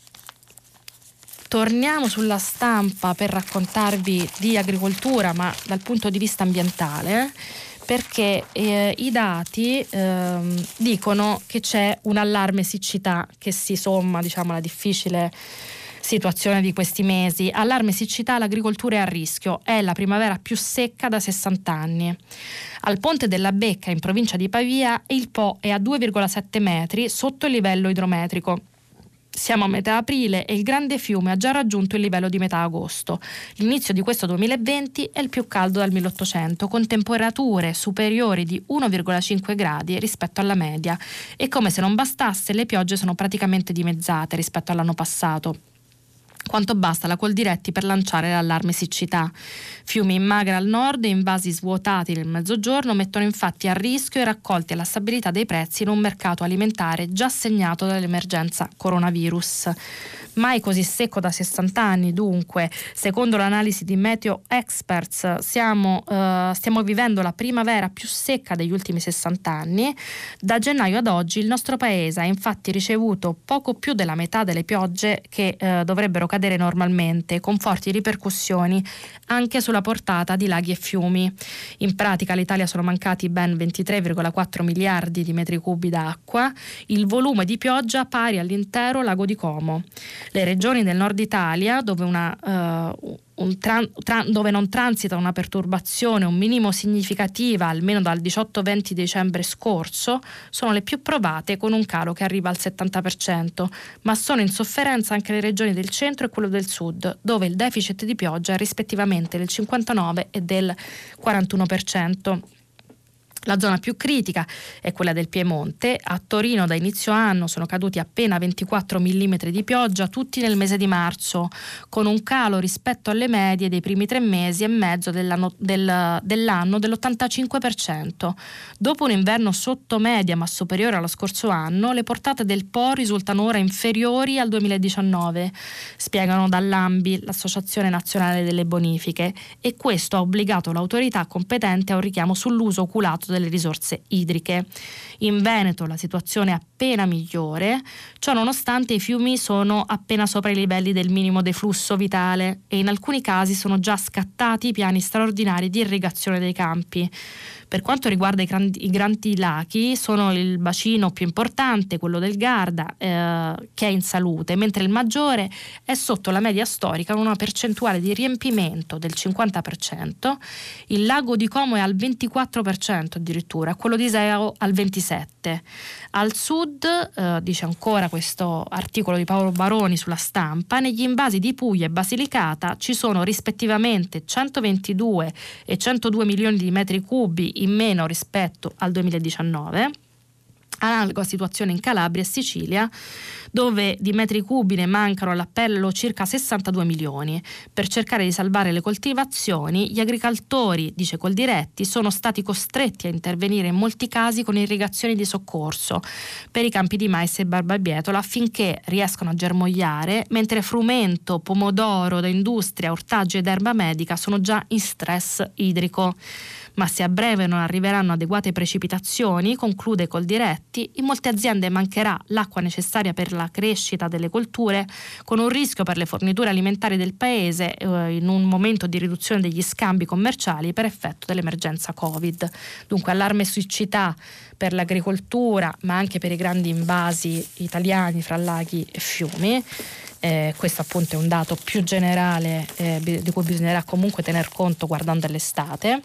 Torniamo sulla Stampa per raccontarvi di agricoltura, ma dal punto di vista ambientale, perché eh, i dati eh, dicono che c'è un allarme siccità che si somma, diciamo, alla difficile situazione di questi mesi. Allarme siccità, l'agricoltura è a rischio, è la primavera più secca da sessanta anni. Al Ponte della Becca, in provincia di Pavia, il Po è a due virgola sette metri sotto il livello idrometrico. Siamo a metà aprile e il grande fiume ha già raggiunto il livello di metà agosto. L'inizio di questo duemilaventi è il più caldo dal milleottocento, con temperature superiori di uno virgola cinque gradi rispetto alla media. E come se non bastasse, le piogge sono praticamente dimezzate rispetto all'anno passato. Quanto basta la Coldiretti per lanciare l'allarme siccità. Fiumi in magra al nord e invasi svuotati nel mezzogiorno mettono infatti a rischio i raccolti e la stabilità dei prezzi in un mercato alimentare già segnato dall'emergenza coronavirus. Mai così secco da sessanta anni, dunque, secondo l'analisi di Meteo Experts, siamo, uh, stiamo vivendo la primavera più secca degli ultimi sessanta anni. Da gennaio ad oggi il nostro paese ha infatti ricevuto poco più della metà delle piogge che uh, dovrebbero cadere normalmente, con forti ripercussioni anche sulla portata di laghi e fiumi. In pratica all'Italia sono mancati ben ventitré virgola quattro miliardi di metri cubi d'acqua, il volume di pioggia pari all'intero lago di Como. Le regioni del nord Italia, dove, una, uh, un tran- tra- dove non transita una perturbazione un minimo significativa almeno dal diciotto venti dicembre scorso, sono le più provate, con un calo che arriva al settanta per cento, ma sono in sofferenza anche le regioni del centro e quello del sud, dove il deficit di pioggia è rispettivamente del cinquantanove e del quarantuno per cento. La zona più critica è quella del Piemonte. A Torino da inizio anno sono caduti appena ventiquattro millimetri di pioggia, tutti nel mese di marzo, con un calo rispetto alle medie dei primi tre mesi e mezzo dell'anno, del, dell'anno dell'ottantacinque per cento. Dopo un inverno sotto media ma superiore allo scorso anno, le portate del Po risultano ora inferiori al duemiladiciannove, spiegano dall'ANBI, l'Associazione Nazionale delle Bonifiche, e questo ha obbligato l'autorità competente a un richiamo sull'uso oculato delle risorse idriche. In Veneto la situazione è appena migliore. Ciò nonostante i fiumi sono appena sopra i livelli del minimo deflusso vitale e in alcuni casi sono già scattati i piani straordinari di irrigazione dei campi. Per quanto riguarda i grandi, i grandi laghi, sono il bacino più importante, quello del Garda, eh, che è in salute, mentre il maggiore è sotto la media storica con una percentuale di riempimento del cinquanta per cento. Il lago di Como è al ventiquattro per cento addirittura, quello di Iseo al ventisette per cento. Al sud, eh, dice ancora questo articolo di Paolo Baroni sulla Stampa, negli invasi di Puglia e Basilicata ci sono rispettivamente centoventidue e centodue milioni di metri cubi in meno rispetto al duemiladiciannove. Analoga situazione in Calabria e Sicilia, dove di metri cubi ne mancano all'appello circa sessantadue milioni. Per cercare di salvare le coltivazioni, gli agricoltori, dice Coldiretti, sono stati costretti a intervenire in molti casi con irrigazioni di soccorso per i campi di mais e barbabietola affinché riescano a germogliare, mentre frumento, pomodoro da industria, ortaggi ed erba medica sono già in stress idrico. Ma se a breve non arriveranno adeguate precipitazioni, conclude Coldiretti, in molte aziende mancherà l'acqua necessaria per la crescita delle colture, con un rischio per le forniture alimentari del paese eh, in un momento di riduzione degli scambi commerciali per effetto dell'emergenza Covid. Dunque allarme siccità per l'agricoltura, ma anche per i grandi invasi italiani fra laghi e fiumi. Eh, questo appunto è un dato più generale eh, di cui bisognerà comunque tener conto guardando l'estate.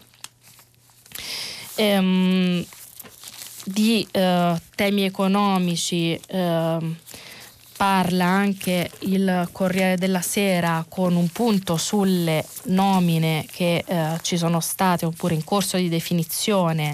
Ehm, di eh, temi economici eh, parla anche il Corriere della Sera con un punto sulle nomine che eh, ci sono state oppure in corso di definizione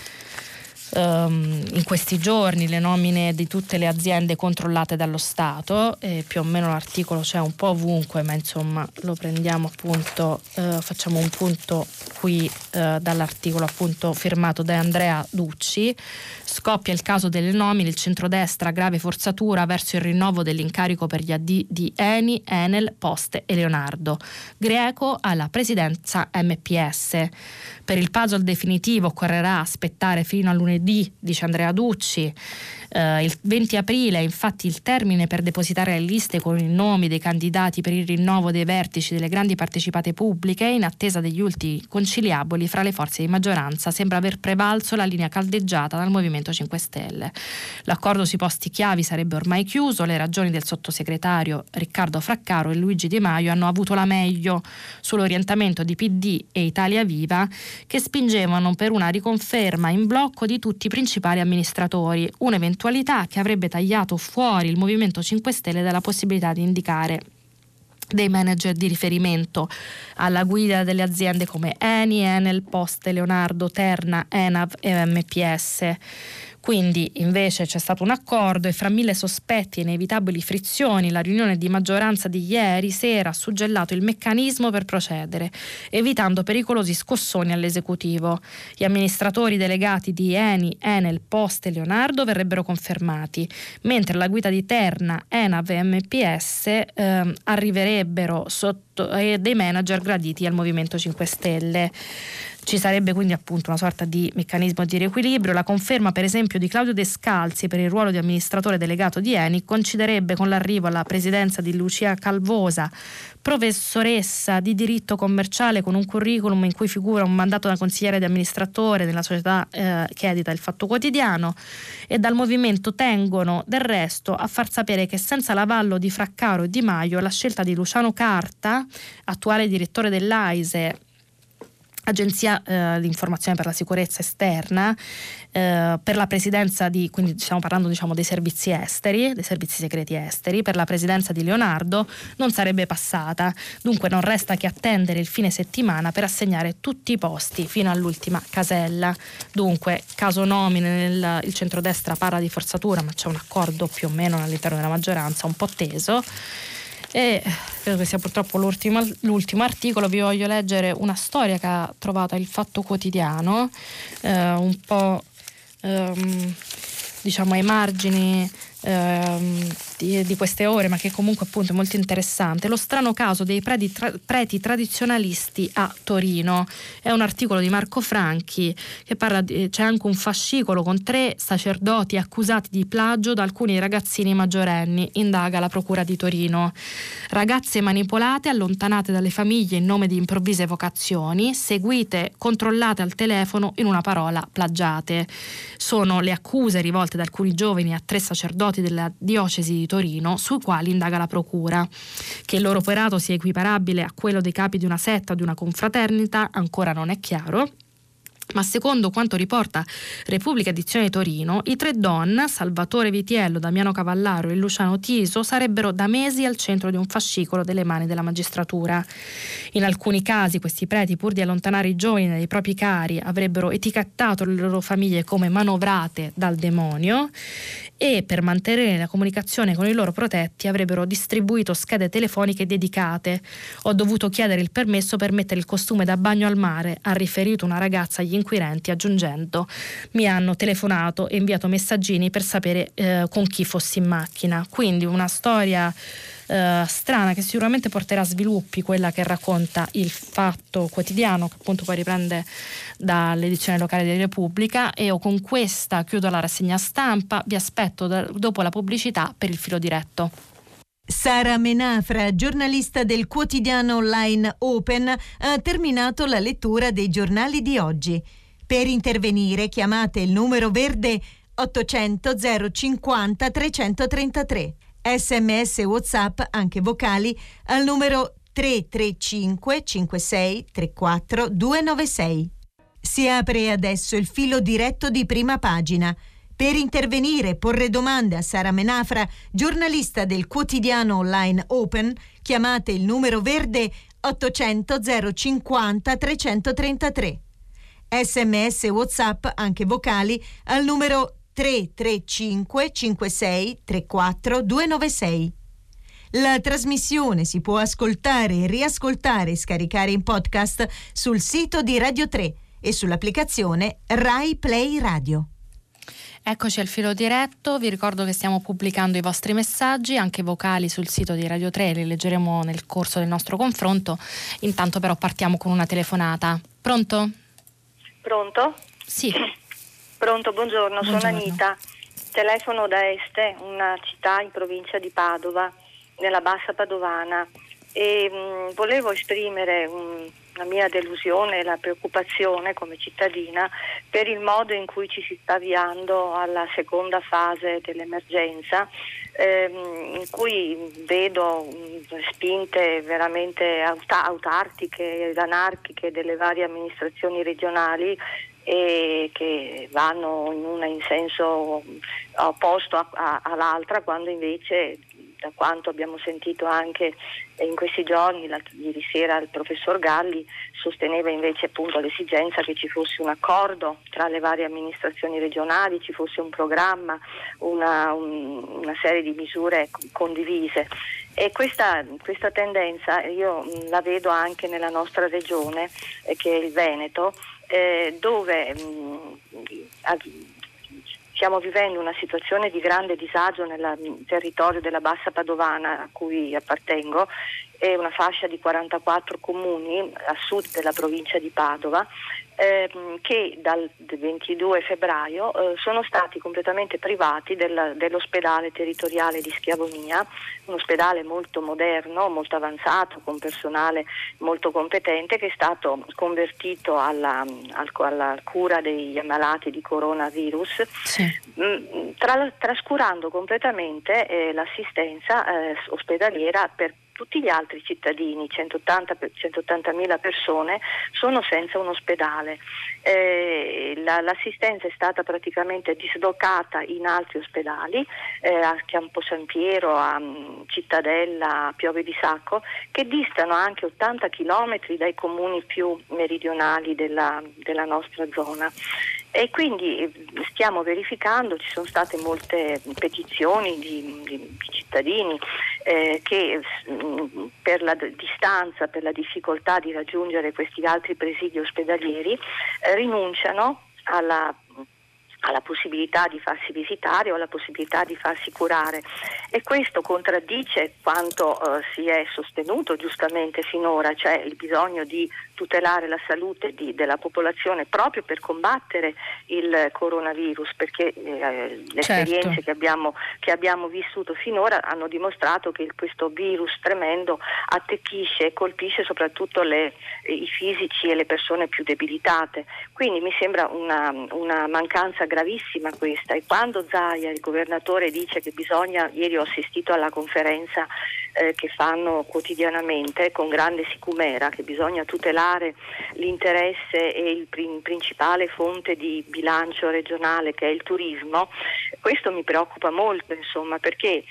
Um, in questi giorni, le nomine di tutte le aziende controllate dallo Stato. E più o meno l'articolo c'è un po' ovunque, ma insomma lo prendiamo appunto, uh, facciamo un punto qui uh, dall'articolo appunto firmato da Andrea Ducci. Scoppia il caso delle nomine, il centrodestra grave forzatura verso il rinnovo dell'incarico per gli A D di Eni, Enel, Poste e Leonardo. Greco alla presidenza M P S. Per il puzzle definitivo occorrerà aspettare fino a lunedì, dice Andrea Ducci. Uh, il venti aprile è infatti il termine per depositare le liste con i nomi dei candidati per il rinnovo dei vertici delle grandi partecipate pubbliche. In attesa degli ultimi conciliaboli fra le forze di maggioranza sembra aver prevalso la linea caldeggiata dal Movimento cinque Stelle. L'accordo sui posti chiavi sarebbe ormai chiuso. Le ragioni del sottosegretario Riccardo Fraccaro e Luigi Di Maio hanno avuto la meglio sull'orientamento di P D e Italia Viva, che spingevano per una riconferma in blocco di tutti i principali amministratori, un'eventualità che avrebbe tagliato fuori il Movimento cinque Stelle dalla possibilità di indicare dei manager di riferimento alla guida delle aziende come Eni, Enel, Poste, Leonardo, Terna, Enav e M P S. Quindi invece c'è stato un accordo e fra mille sospetti e inevitabili frizioni la riunione di maggioranza di ieri sera ha suggellato il meccanismo per procedere, evitando pericolosi scossoni all'esecutivo. Gli amministratori delegati di Eni, Enel, Poste e Leonardo verrebbero confermati, mentre la guida di Terna, Enav e M P S eh, arriverebbero sotto eh, dei manager graditi al Movimento cinque Stelle. Ci sarebbe quindi appunto una sorta di meccanismo di riequilibrio. La conferma per esempio di Claudio Descalzi per il ruolo di amministratore delegato di Eni coinciderebbe con l'arrivo alla presidenza di Lucia Calvosa, professoressa di diritto commerciale con un curriculum in cui figura un mandato da consigliere di amministratore nella società eh, che edita il Fatto Quotidiano. E dal movimento tengono del resto a far sapere che senza l'avallo di Fraccaro e Di Maio la scelta di Luciano Carta, attuale direttore dell'AISE, Agenzia eh, di informazione per la sicurezza esterna, eh, per la presidenza di, quindi stiamo parlando diciamo dei servizi esteri, dei servizi segreti esteri, per la presidenza di Leonardo non sarebbe passata. Dunque non resta che attendere il fine settimana per assegnare tutti i posti fino all'ultima casella. Dunque caso nomine, nel, il centrodestra parla di forzatura, ma c'è un accordo più o meno all'interno della maggioranza un po' teso. E credo che sia purtroppo l'ultimo, l'ultimo articolo. Vi voglio leggere una storia che ha trovato il Fatto Quotidiano, eh, un po' ehm, diciamo ai margini ehm, di, di queste ore, ma che comunque appunto è molto interessante, lo strano caso dei preti, tra, preti tradizionalisti a Torino. È un articolo di Marco Franchi che parla di, c'è anche un fascicolo con tre sacerdoti accusati di plagio da alcuni ragazzini maggiorenni, indaga la procura di Torino. Ragazze manipolate, allontanate dalle famiglie in nome di improvvise vocazioni, seguite, controllate al telefono, in una parola plagiate. Sono le accuse rivolte da alcuni giovani a tre sacerdoti della diocesi di Torino, sui quali indaga la procura. Che il loro operato sia equiparabile a quello dei capi di una setta o di una confraternita ancora non è chiaro, ma secondo quanto riporta Repubblica Edizione Torino, i tre don, Salvatore Vitiello, Damiano Cavallaro e Luciano Tiso, sarebbero da mesi al centro di un fascicolo delle mani della magistratura. In alcuni casi questi preti, pur di allontanare i giovani dai propri cari, avrebbero etichettato le loro famiglie come manovrate dal demonio e, per mantenere la comunicazione con i loro protetti, avrebbero distribuito schede telefoniche dedicate. Ho dovuto chiedere il permesso per mettere il costume da bagno al mare, ha riferito una ragazza agli inquirenti, aggiungendo: mi hanno telefonato e inviato messaggini per sapere eh, con chi fossi in macchina. Quindi una storia eh, strana che sicuramente porterà sviluppi, quella che racconta il Fatto Quotidiano, che appunto poi riprende dall'edizione locale di Repubblica. E io con questa chiudo la rassegna stampa, vi aspetto da, dopo la pubblicità per il filo diretto. Sara Menafra, giornalista del quotidiano online Open, ha terminato la lettura dei giornali di oggi. Per intervenire chiamate il numero verde ottocento zero cinquanta trecentotrentatré. Sms e WhatsApp, anche vocali, al numero tre tre cinque cinque sei tre quattro due nove sei. Si apre adesso il filo diretto di Prima Pagina. Per intervenire e porre domande a Sara Menafra, giornalista del quotidiano online Open, chiamate il numero verde ottocento zero cinquanta trecentotrentatré. Sms e WhatsApp, anche vocali, al numero tre tre cinque cinque sei tre quattro due nove sei. La trasmissione si può ascoltare, riascoltare e scaricare in podcast sul sito di Radio tre e sull'applicazione Rai Play Radio. Eccoci al filo diretto, vi ricordo che stiamo pubblicando i vostri messaggi, anche vocali, sul sito di Radio tre, li leggeremo nel corso del nostro confronto. Intanto però partiamo con una telefonata. Pronto? Pronto? Sì. Pronto, buongiorno, buongiorno. Sono Anita, telefono da Este, una città in provincia di Padova, nella Bassa Padovana, e mh, volevo esprimere un la mia delusione e la preoccupazione come cittadina per il modo in cui ci si sta avviando alla seconda fase dell'emergenza, ehm, in cui vedo mh, spinte veramente auta- autarchiche ed anarchiche delle varie amministrazioni regionali e che vanno in una in senso opposto a, a, all'altra, quando invece, da quanto abbiamo sentito anche in questi giorni, ieri sera il professor Galli sosteneva invece appunto l'esigenza che ci fosse un accordo tra le varie amministrazioni regionali, ci fosse un programma, una, un, una serie di misure condivise. E questa, questa tendenza io la vedo anche nella nostra regione, eh, che è il Veneto, eh, dove mh, stiamo vivendo una situazione di grande disagio nel territorio della Bassa Padovana a cui appartengo, è una fascia di quarantaquattro comuni a sud della provincia di Padova, ehm, che dal ventidue febbraio eh, sono stati completamente privati del, dell'ospedale territoriale di Schiavonia, un ospedale molto moderno, molto avanzato, con personale molto competente, che è stato convertito alla, al, alla cura dei malati di coronavirus, sì. mh, tra, trascurando completamente eh, l'assistenza eh, ospedaliera per tutti gli altri cittadini. centottantamila persone sono senza un ospedale. Eh, la, l'assistenza è stata praticamente dislocata in altri ospedali, eh, a Campo San Piero, a um, Cittadella, a Piove di Sacco, che distano anche ottanta chilometri dai comuni più meridionali della, della nostra zona. E quindi stiamo verificando, ci sono state molte petizioni di, di, di cittadini eh, che mh, per la d- distanza, per la difficoltà di raggiungere questi altri presidi ospedalieri, eh, rinunciano alla alla possibilità di farsi visitare o alla possibilità di farsi curare, e questo contraddice quanto eh, si è sostenuto giustamente finora, cioè il bisogno di tutelare la salute di, della popolazione proprio per combattere il coronavirus, perché eh, le certo. esperienze che abbiamo, che abbiamo vissuto finora hanno dimostrato che questo virus tremendo attecchisce e colpisce soprattutto le, i fisici e le persone più debilitate, quindi mi sembra una, una mancanza gravissima questa. E quando Zaia, il governatore, dice che bisogna, ieri ho assistito alla conferenza eh, che fanno quotidianamente con grande sicumera, che bisogna tutelare l'interesse e il prin- principale fonte di bilancio regionale che è il turismo, questo mi preoccupa molto, insomma, perché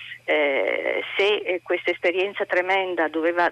eh, se questa esperienza tremenda doveva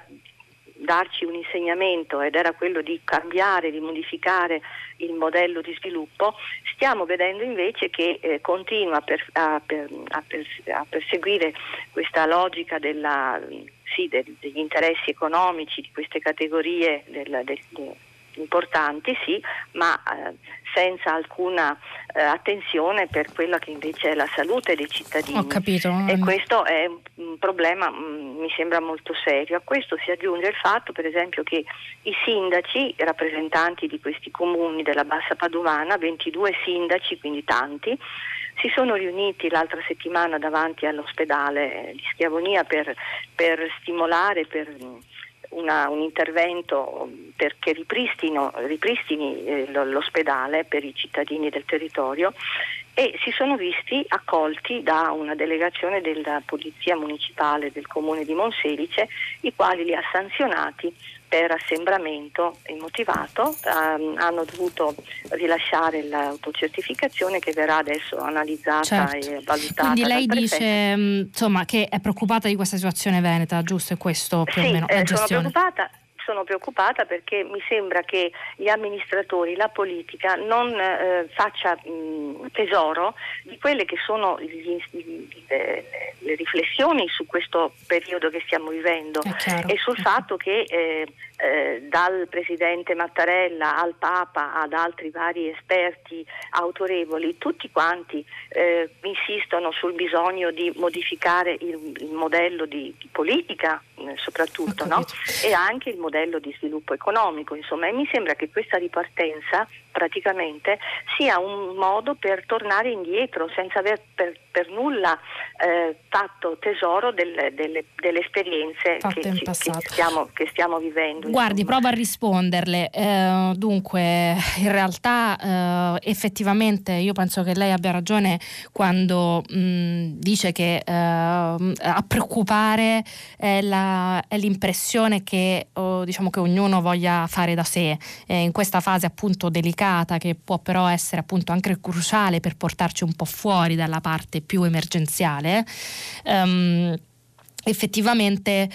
darci un insegnamento ed era quello di cambiare, di modificare il modello di sviluppo, stiamo vedendo invece che eh, continua per, a, per, a, per, a perseguire questa logica della, sì, del, degli interessi economici di queste categorie del, del, del, importanti, sì, ma eh, senza alcuna eh, attenzione per quella che invece è la salute dei cittadini. Ho capito. E questo è un problema, mh, mi sembra molto serio. A questo si aggiunge il fatto, per esempio, che i sindaci, rappresentanti di questi comuni della Bassa Padovana, ventidue sindaci, quindi tanti, si sono riuniti l'altra settimana davanti all'ospedale di Schiavonia per, per stimolare, per Una, un intervento perché ripristino, ripristini eh, l'ospedale per i cittadini del territorio, e si sono visti accolti da una delegazione della Polizia Municipale del Comune di Monselice, i quali li ha sanzionati per assembramento immotivato. Um, hanno dovuto rilasciare l'autocertificazione che verrà adesso analizzata certo. e valutata. Quindi lei dal dice prefetto. insomma che è preoccupata di questa situazione veneta, giusto? È questo più sì, o meno la eh, gestione? Sono preoccupata. Sono preoccupata perché mi sembra che gli amministratori, la politica non eh, faccia mh, tesoro di quelle che sono gli, le, le riflessioni su questo periodo che stiamo vivendo e sul fatto che eh, eh, dal presidente Mattarella al Papa ad altri vari esperti autorevoli, tutti quanti eh, insistono sul bisogno di modificare il, il modello di, di politica eh, soprattutto, no? E anche il modello di sviluppo economico, insomma, e mi sembra che questa ripartenza praticamente sia un modo per tornare indietro senza aver per, per nulla eh, fatto tesoro del, delle, delle esperienze che, che, che, stiamo, che stiamo vivendo. Guardi, insomma. prova a risponderle. Eh, dunque, in realtà eh, effettivamente io penso che lei abbia ragione quando mh, dice che eh, a preoccupare è, la, è l'impressione che oh, diciamo che ognuno voglia fare da sé eh, in questa fase appunto delicata, che può però essere appunto anche cruciale per portarci un po' fuori dalla parte più emergenziale. Um, Effettivamente,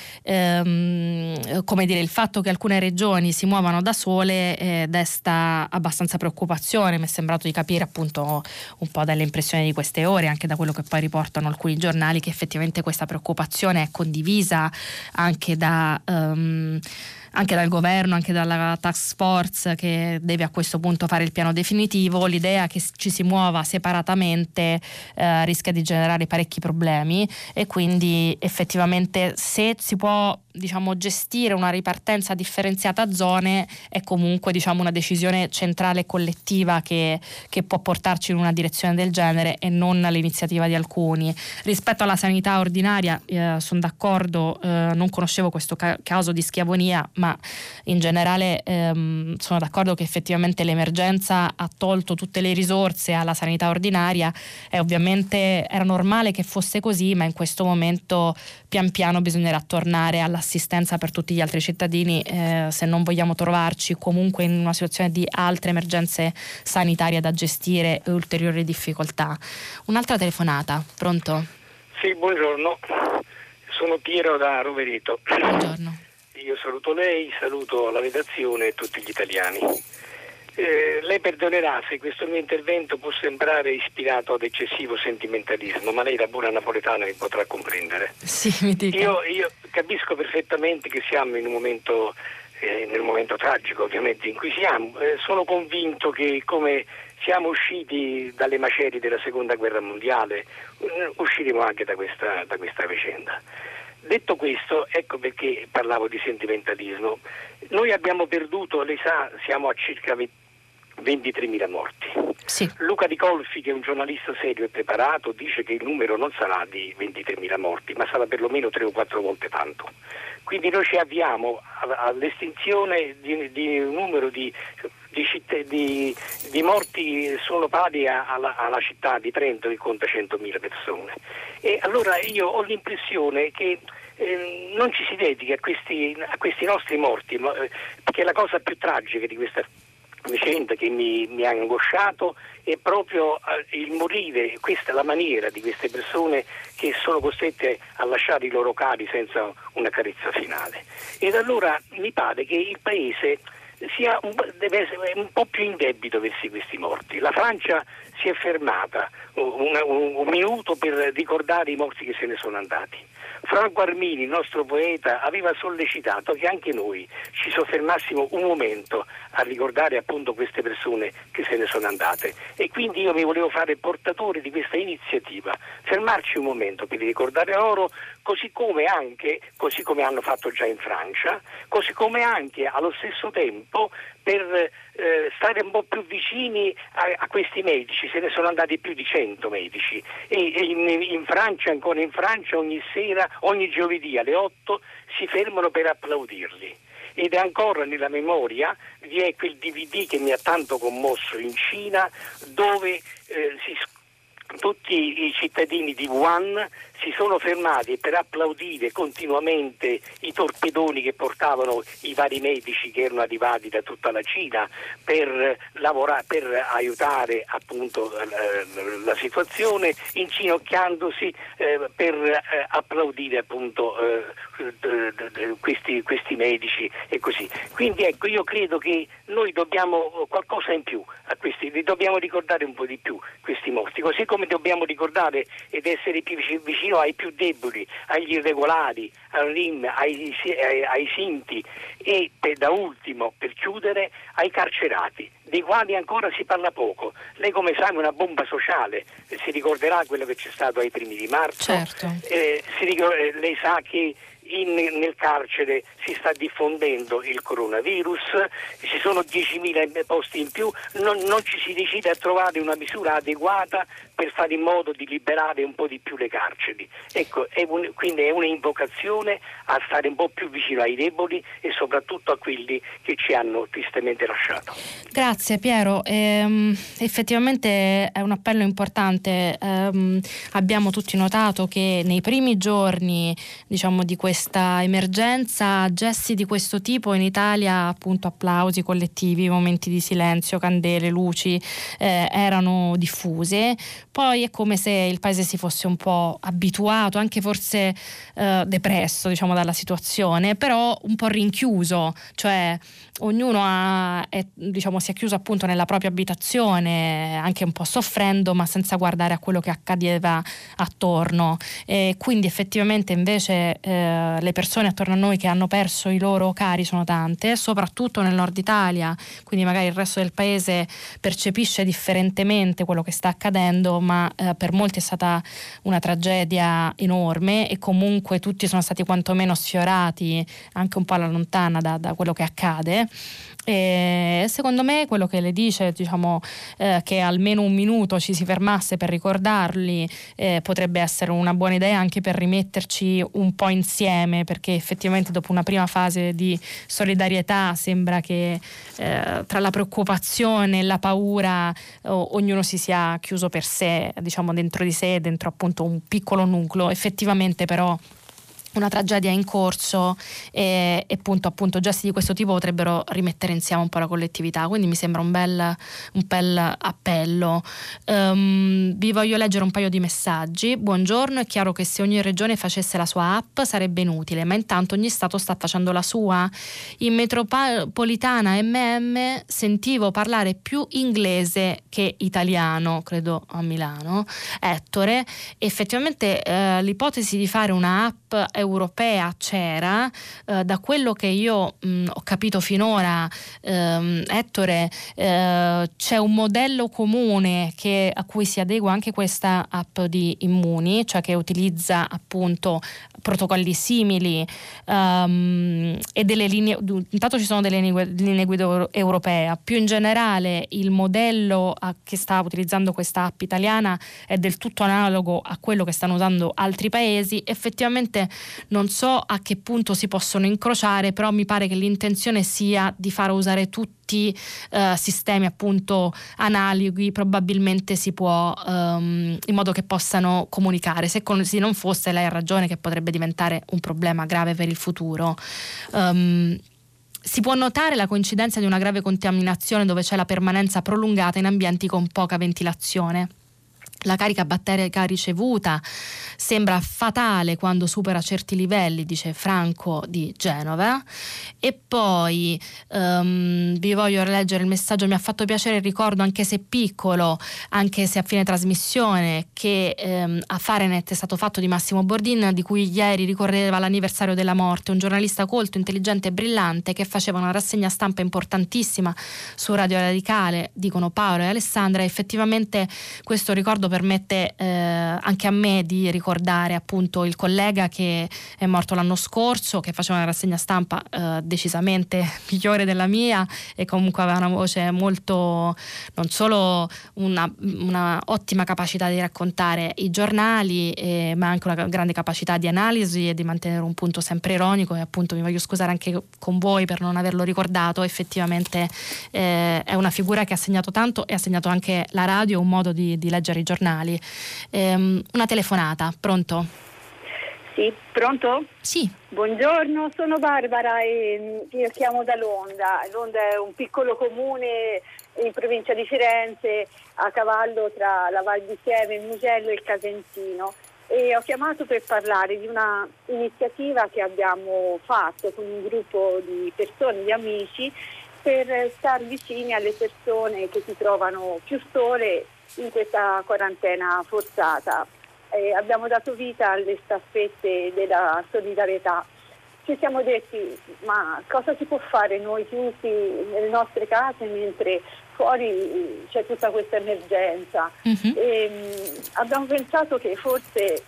ehm, come dire, il fatto che alcune regioni si muovano da sole eh, desta abbastanza preoccupazione. Mi è sembrato di capire appunto un po' dalle impressioni di queste ore, anche da quello che poi riportano alcuni giornali, che effettivamente questa preoccupazione è condivisa anche da um, anche dal governo, anche dalla task force che deve a questo punto fare il piano definitivo. L'idea che ci si muova separatamente eh, rischia di generare parecchi problemi, e quindi effettivamente se si può diciamo gestire una ripartenza differenziata a zone è comunque diciamo una decisione centrale e collettiva che, che può portarci in una direzione del genere e non l'iniziativa di alcuni. Rispetto alla sanità ordinaria eh, sono d'accordo, eh, non conoscevo questo ca- caso di Schiavonia, ma in generale ehm, sono d'accordo che effettivamente l'emergenza ha tolto tutte le risorse alla sanità ordinaria, e ovviamente era normale che fosse così, ma in questo momento pian piano bisognerà tornare all'assistenza per tutti gli altri cittadini eh, se non vogliamo trovarci comunque in una situazione di altre emergenze sanitarie da gestire e ulteriori difficoltà. Un'altra telefonata, pronto? Sì, buongiorno, sono Piero da Rovereto. Buongiorno. Io saluto lei, saluto la redazione e tutti gli italiani. Eh, lei perdonerà se questo mio intervento può sembrare ispirato ad eccessivo sentimentalismo, ma lei da buona napoletana mi potrà comprendere. Sì, mi dica. Io, io capisco perfettamente che siamo in un momento, eh, nel momento tragico ovviamente in cui siamo. Eh, sono convinto che, come siamo usciti dalle macerie della seconda guerra mondiale, usciremo anche da questa, da questa vicenda. Detto questo, ecco perché parlavo di sentimentalismo. Noi abbiamo perduto, lei sa, siamo a circa ventitremila morti. Sì. Luca Di Colfi, che è un giornalista serio e preparato, dice che il numero non sarà di ventitremila morti, ma sarà perlomeno tre o quattro volte tanto. Quindi noi ci avviamo all'estinzione di, di un numero di, di, citt- di, di morti solo pari alla, alla città di Trento, che conta centomila persone. E allora io ho l'impressione che eh, non ci si dedica a questi, a questi nostri morti, ma, eh, perché la cosa più tragica di questa vicenda che mi, mi ha angosciato è proprio eh, il morire. Questa è la maniera di queste persone che sono costrette a lasciare i loro cari senza una carezza finale. Ed allora mi pare che il paese sia un, deve essere un po' più in debito verso questi morti. La Francia si è fermata un, un, un minuto per ricordare i morti che se ne sono andati. Franco Armini, il nostro poeta, aveva sollecitato che anche noi ci soffermassimo un momento a ricordare appunto queste persone che se ne sono andate, e quindi io mi volevo fare portatore di questa iniziativa, fermarci un momento per ricordare loro, così come anche, così come hanno fatto già in Francia, così come anche allo stesso tempo per eh, stare un po' più vicini a, a questi medici. Se ne sono andati più di cento medici e, e in, in Francia, ancora in Francia, ogni sera, ogni giovedì alle otto si fermano per applaudirli. Ed è ancora nella memoria, vi è quel D V D che mi ha tanto commosso in Cina, dove eh, si tutti i cittadini di Wuhan si sono fermati per applaudire continuamente i torpedoni che portavano i vari medici che erano arrivati da tutta la Cina per lavorare, per aiutare appunto la, la situazione, inginocchiandosi eh, per eh, applaudire appunto eh, questi, questi medici e così. Quindi ecco, io credo che noi dobbiamo qualcosa in più a questi, li dobbiamo ricordare un po' di più questi morti, così come dobbiamo ricordare ed essere più vicino ai più deboli, agli irregolari, al R I M, ai, ai, ai sinti e per, da ultimo, per chiudere, ai carcerati, dei quali ancora si parla poco. Lei, come sa, è una bomba sociale, si ricorderà quello che c'è stato ai primi di marzo. Certo. Eh, si ricorda, lei sa che In, nel carcere si sta diffondendo il coronavirus, ci sono diecimila posti in più, non, non ci si decide a trovare una misura adeguata per fare in modo di liberare un po' di più le carceri. Ecco, è un, quindi è un'invocazione a stare un po' più vicino ai deboli e soprattutto a quelli che ci hanno tristemente lasciato. Grazie Piero, ehm, effettivamente è un appello importante. Ehm, abbiamo tutti notato che nei primi giorni, diciamo, di questa emergenza, gesti di questo tipo in Italia, appunto applausi collettivi, momenti di silenzio, candele, luci, eh, erano diffuse. Poi è come se il paese si fosse un po' abituato, anche forse eh, depresso, diciamo, dalla situazione, però un po' rinchiuso, cioè ognuno ha, è, diciamo, si è chiuso appunto nella propria abitazione, anche un po' soffrendo, ma senza guardare a quello che accadeva attorno. E quindi effettivamente invece eh, le persone attorno a noi che hanno perso i loro cari sono tante, soprattutto nel nord Italia, quindi magari il resto del paese percepisce differentemente quello che sta accadendo, ma eh, per molti è stata una tragedia enorme e comunque tutti sono stati quantomeno sfiorati anche un po' alla lontana da, da quello che accade. E secondo me quello che le dice, diciamo, eh, che almeno un minuto ci si fermasse per ricordarli, eh, potrebbe essere una buona idea anche per rimetterci un po' insieme, perché effettivamente dopo una prima fase di solidarietà sembra che eh, tra la preoccupazione e la paura o, ognuno si sia chiuso per sé, diciamo dentro di sé, dentro appunto un piccolo nucleo. Effettivamente però una tragedia in corso e, e appunto, appunto gesti di questo tipo potrebbero rimettere insieme un po' la collettività, quindi mi sembra un bel, un bel appello. Um, vi voglio leggere un paio di messaggi. Buongiorno, è chiaro che se ogni regione facesse la sua app sarebbe inutile, ma intanto ogni stato sta facendo la sua. In metropolitana M M sentivo parlare più inglese che italiano, credo a Milano, Ettore. Effettivamente eh, l'ipotesi di fare una app è europea c'era, eh, da quello che io mh, ho capito finora, ehm, Ettore, eh, c'è un modello comune che, a cui si adegua anche questa app di Immuni, cioè che utilizza appunto protocolli simili um, e delle linee, intanto ci sono delle linee guida europee, più in generale il modello a, che sta utilizzando questa app italiana è del tutto analogo a quello che stanno usando altri paesi. Effettivamente non so a che punto si possono incrociare, però mi pare che l'intenzione sia di far usare tutti Uh, sistemi appunto analoghi, probabilmente si può um, in modo che possano comunicare. Se così non fosse, lei ha ragione che potrebbe diventare un problema grave per il futuro. Um, si può notare la coincidenza di una grave contaminazione dove c'è la permanenza prolungata in ambienti con poca ventilazione. La carica batterica ricevuta sembra fatale quando supera certi livelli, dice Franco di Genova. E poi um, vi voglio leggere il messaggio, mi ha fatto piacere il ricordo, anche se piccolo, anche se a fine trasmissione, che um, a Fahrenheit è stato fatto di Massimo Bordin, di cui ieri ricorreva l'anniversario della morte, un giornalista colto, intelligente e brillante che faceva una rassegna stampa importantissima su Radio Radicale, dicono Paolo e Alessandra. Effettivamente questo ricordo permette eh, anche a me di ricordare appunto il collega che è morto l'anno scorso, che faceva una rassegna stampa eh, decisamente migliore della mia e comunque aveva una voce molto, non solo una, una ottima capacità di raccontare i giornali, eh, ma anche una grande capacità di analisi e di mantenere un punto sempre ironico. E appunto mi voglio scusare anche con voi per non averlo ricordato. Effettivamente eh, è una figura che ha segnato tanto e ha segnato anche la radio, un modo di, di leggere i giornali. Um, una telefonata, pronto? Sì, pronto? Sì. Buongiorno, sono Barbara e io chiamo da Londa. Londa è un piccolo comune in provincia di Firenze, a cavallo tra la Val di Sieve, il Mugello e il Casentino, e ho chiamato per parlare di una iniziativa che abbiamo fatto con un gruppo di persone, di amici, per star vicini alle persone che si trovano più sole in questa quarantena forzata. Eh, abbiamo dato vita alle staffette della solidarietà. Ci siamo detti, ma cosa si può fare noi chiusi nelle nostre case mentre fuori c'è tutta questa emergenza? Uh-huh. E, mh, abbiamo pensato che forse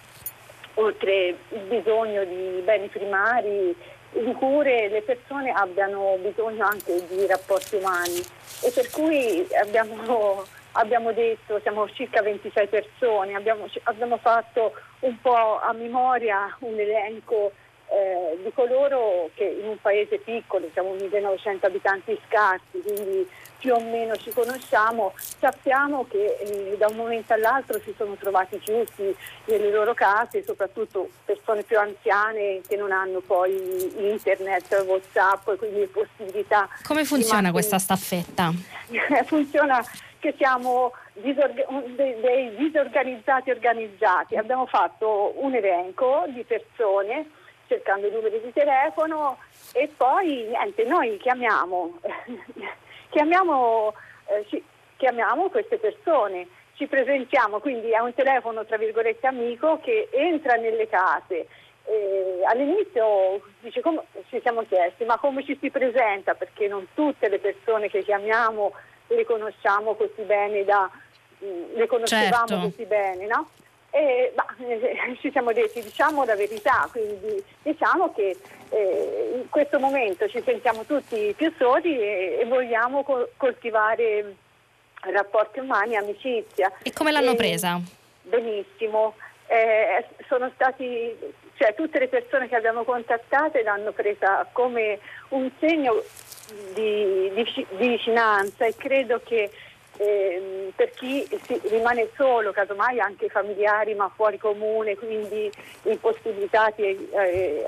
oltre il bisogno di beni primari, di cure, le persone abbiano bisogno anche di rapporti umani, e per cui abbiamo Abbiamo detto, siamo circa ventisei persone, abbiamo, abbiamo fatto un po' a memoria un elenco eh, di coloro che in un paese piccolo, siamo millenovecento abitanti scarsi, quindi più o meno ci conosciamo, sappiamo che eh, da un momento all'altro si sono trovati chiusi nelle loro case, soprattutto persone più anziane che non hanno poi internet, WhatsApp, quindi possibilità. Come funziona questa staffetta? Funziona che siamo disorga- dei, dei disorganizzati organizzati. Abbiamo fatto un elenco di persone cercando i numeri di telefono e poi niente, noi chiamiamo chiamiamo, eh, ci, chiamiamo queste persone, ci presentiamo, quindi è un telefono tra virgolette amico che entra nelle case. Eh, all'inizio dice, come, ci siamo chiesti ma come ci si presenta, perché non tutte le persone che chiamiamo le conosciamo così bene, da, mh, le conoscevamo certo. così bene, no? E bah, eh, ci siamo detti, diciamo la verità, quindi diciamo che eh, in questo momento ci sentiamo tutti più soli e, e vogliamo co- coltivare rapporti umani, amicizia. E come l'hanno e, presa? Benissimo, eh, sono stati, cioè tutte le persone che abbiamo contattate l'hanno presa come un segno Di, di, di vicinanza, e credo che eh, per chi si rimane solo, casomai anche familiari ma fuori comune, quindi impossibilitati eh,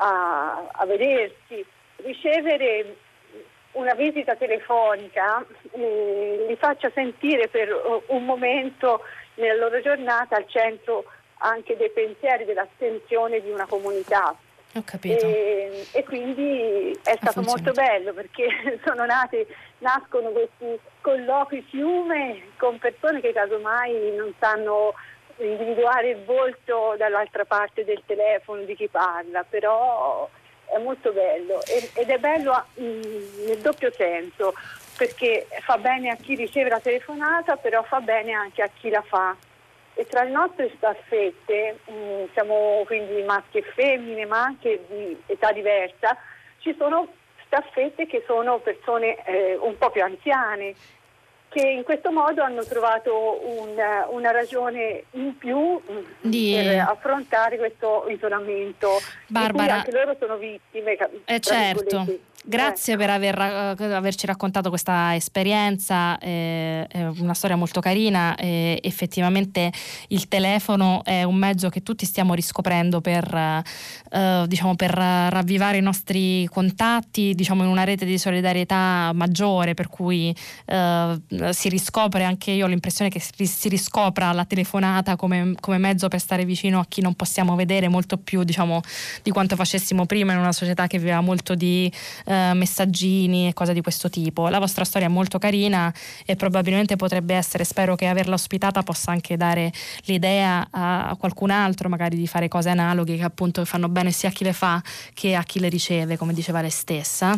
a, a vedersi, ricevere una visita telefonica eh, li faccia sentire per un momento nella loro giornata al centro anche dei pensieri, dell'attenzione di una comunità. Ho capito. E, e quindi è stato molto bello, perché sono nate, nascono questi colloqui fiume con persone che casomai non sanno individuare il volto dall'altra parte del telefono di chi parla, però è molto bello ed è bello nel doppio senso, perché fa bene a chi riceve la telefonata, però fa bene anche a chi la fa. E tra le nostre staffette, mh, siamo quindi maschi e femmine, ma anche di età diversa, ci sono staffette che sono persone eh, un po' più anziane, che in questo modo hanno trovato un, una ragione in più di... per affrontare questo isolamento. Barbara, anche loro sono vittime. Eh certo. Grazie eh. per aver, averci raccontato questa esperienza, eh, è una storia molto carina. Eh, effettivamente il telefono è un mezzo che tutti stiamo riscoprendo per, eh, diciamo, per ravvivare i nostri contatti, diciamo, in una rete di solidarietà maggiore, per cui eh, si riscopre, anche io ho l'impressione che si riscopra la telefonata come, come mezzo per stare vicino a chi non possiamo vedere, molto più, diciamo, di quanto facessimo prima in una società che viveva molto di eh, messaggini e cose di questo tipo. La vostra storia è molto carina e probabilmente potrebbe essere, spero che averla ospitata possa anche dare l'idea a qualcun altro magari di fare cose analoghe che appunto fanno bene sia a chi le fa che a chi le riceve, come diceva lei stessa.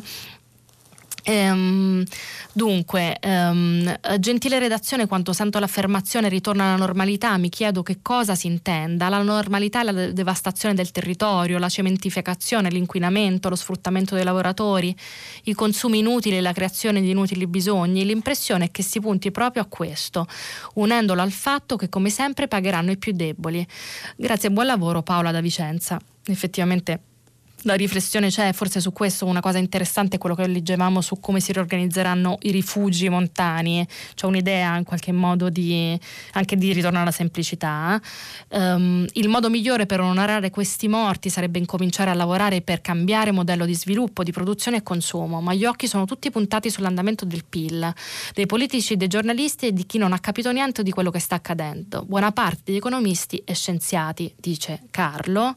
Ehm, dunque, ehm, gentile redazione, quando sento l'affermazione ritorna alla normalità mi chiedo che cosa si intenda. La normalità è la devastazione del territorio, la cementificazione, l'inquinamento, lo sfruttamento dei lavoratori, i consumi inutili e la creazione di inutili bisogni. L'impressione è che si punti proprio a questo, unendolo al fatto che come sempre pagheranno i più deboli. Grazie e buon lavoro, Paola da Vicenza. Effettivamente la riflessione c'è, forse su questo una cosa interessante è quello che leggevamo su come si riorganizzeranno i rifugi montani. C'è un'idea in qualche modo di anche di ritorno alla semplicità. Um, il modo migliore per onorare questi morti sarebbe incominciare a lavorare per cambiare modello di sviluppo, di produzione e consumo, ma gli occhi sono tutti puntati sull'andamento del P I L, dei politici, dei giornalisti e di chi non ha capito niente di quello che sta accadendo. Buona parte degli economisti e scienziati, dice Carlo.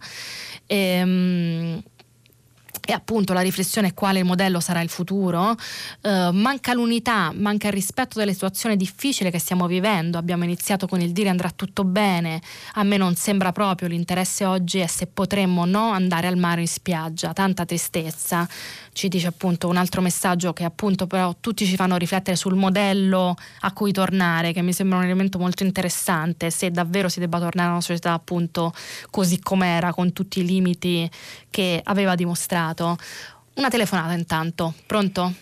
Ehm E appunto la riflessione è quale modello sarà il futuro. Eh, manca l'unità, manca il rispetto della situazione difficile che stiamo vivendo. Abbiamo iniziato con il dire andrà tutto bene, a me non sembra proprio. L'interesse oggi è se potremmo o no andare al mare in spiaggia, tanta tristezza. Ci dice appunto un altro messaggio che appunto però tutti ci fanno riflettere sul modello a cui tornare, che mi sembra un elemento molto interessante, se davvero si debba tornare a una società appunto così com'era, con tutti i limiti che aveva dimostrato. Una telefonata intanto. Pronto?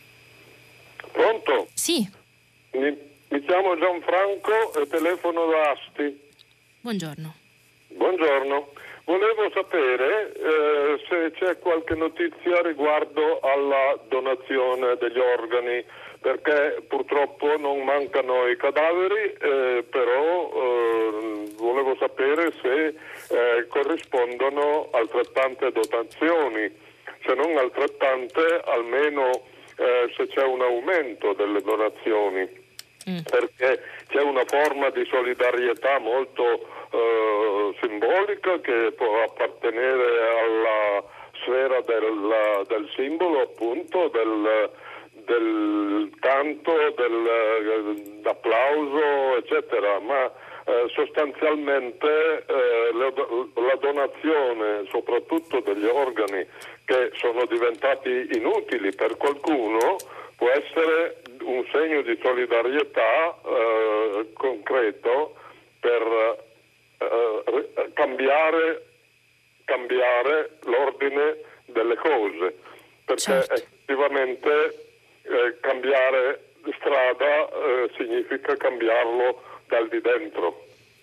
Pronto? Sì. Mi, mi chiamo Gianfranco e telefono da Asti. Buongiorno. Buongiorno. Volevo sapere eh, se c'è qualche notizia riguardo alla donazione degli organi, perché purtroppo non mancano i cadaveri, eh, però eh, volevo sapere se eh, corrispondono altrettante donazioni, se non altrettante almeno eh, se c'è un aumento delle donazioni, mm. perché c'è una forma di solidarietà molto Uh, simbolica che può appartenere alla sfera del, del simbolo, appunto del, del canto, del, d'applauso, eccetera, ma uh, sostanzialmente uh, la, la donazione soprattutto degli organi che sono diventati inutili per qualcuno può essere un segno di solidarietà uh, concreto per Uh, cambiare, cambiare l'ordine delle cose, perché certo. effettivamente eh, cambiare strada eh, significa cambiarlo dal di dentro.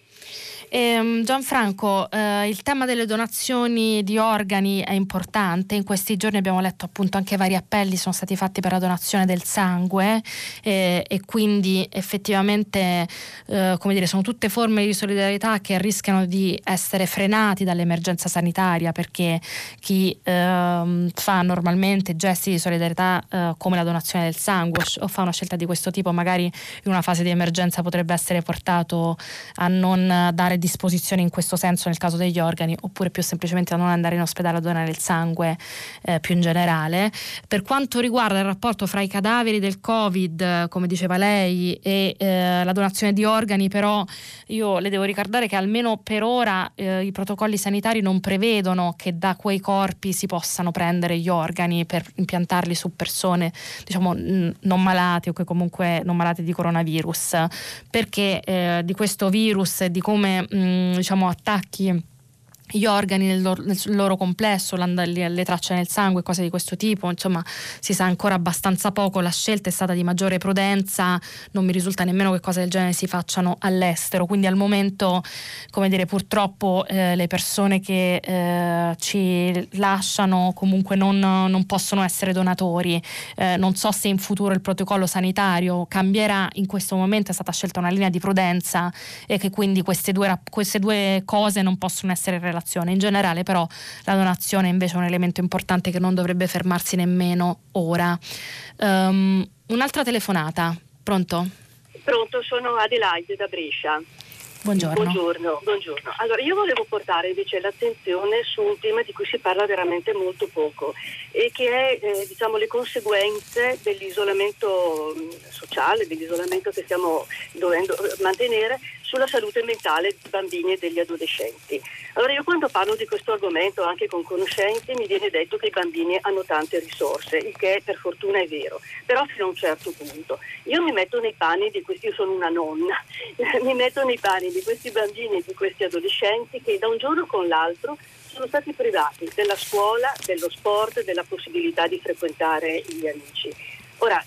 Eh, Gianfranco, eh, il tema delle donazioni di organi è importante. In questi giorni abbiamo letto appunto anche vari appelli sono stati fatti per la donazione del sangue eh, e quindi effettivamente eh, come dire, sono tutte forme di solidarietà che rischiano di essere frenati dall'emergenza sanitaria, perché chi eh, fa normalmente gesti di solidarietà eh, come la donazione del sangue o fa una scelta di questo tipo magari in una fase di emergenza potrebbe essere portato a non dare disposizioni in questo senso nel caso degli organi, oppure più semplicemente a non andare in ospedale a donare il sangue eh, più in generale. Per quanto riguarda il rapporto fra i cadaveri del Covid, come diceva lei, e eh, la donazione di organi, però io le devo ricordare che almeno per ora eh, i protocolli sanitari non prevedono che da quei corpi si possano prendere gli organi per impiantarli su persone, diciamo, n- non malate o che comunque non malate di coronavirus, perché eh, di questo virus e di come mh, diciamo attacchi gli organi nel loro, nel loro complesso, le, le tracce nel sangue, cose di questo tipo, insomma si sa ancora abbastanza poco. La scelta è stata di maggiore prudenza, non mi risulta nemmeno che cose del genere si facciano all'estero, quindi al momento, come dire, purtroppo eh, le persone che eh, ci lasciano comunque non, non possono essere donatori. Eh, non so se in futuro il protocollo sanitario cambierà, in questo momento è stata scelta una linea di prudenza e che quindi queste due, queste due cose non possono essere relative. In generale però la donazione invece è un elemento importante che non dovrebbe fermarsi nemmeno ora. Um, un'altra telefonata. Pronto? Pronto, sono Adelaide da Brescia. Buongiorno. Buongiorno, buongiorno. Allora, io volevo portare invece l'attenzione su un tema di cui si parla veramente molto poco e che è eh, diciamo le conseguenze dell'isolamento sociale, dell'isolamento che stiamo dovendo mantenere sulla salute mentale dei bambini e degli adolescenti. Allora, io quando parlo di questo argomento anche con conoscenti mi viene detto che i bambini hanno tante risorse, il che per fortuna è vero, però fino a un certo punto. Io mi metto nei panni di questi, io sono una nonna, mi metto nei panni di questi bambini e di questi adolescenti che da un giorno con l'altro sono stati privati della scuola, dello sport, della possibilità di frequentare gli amici. Ora,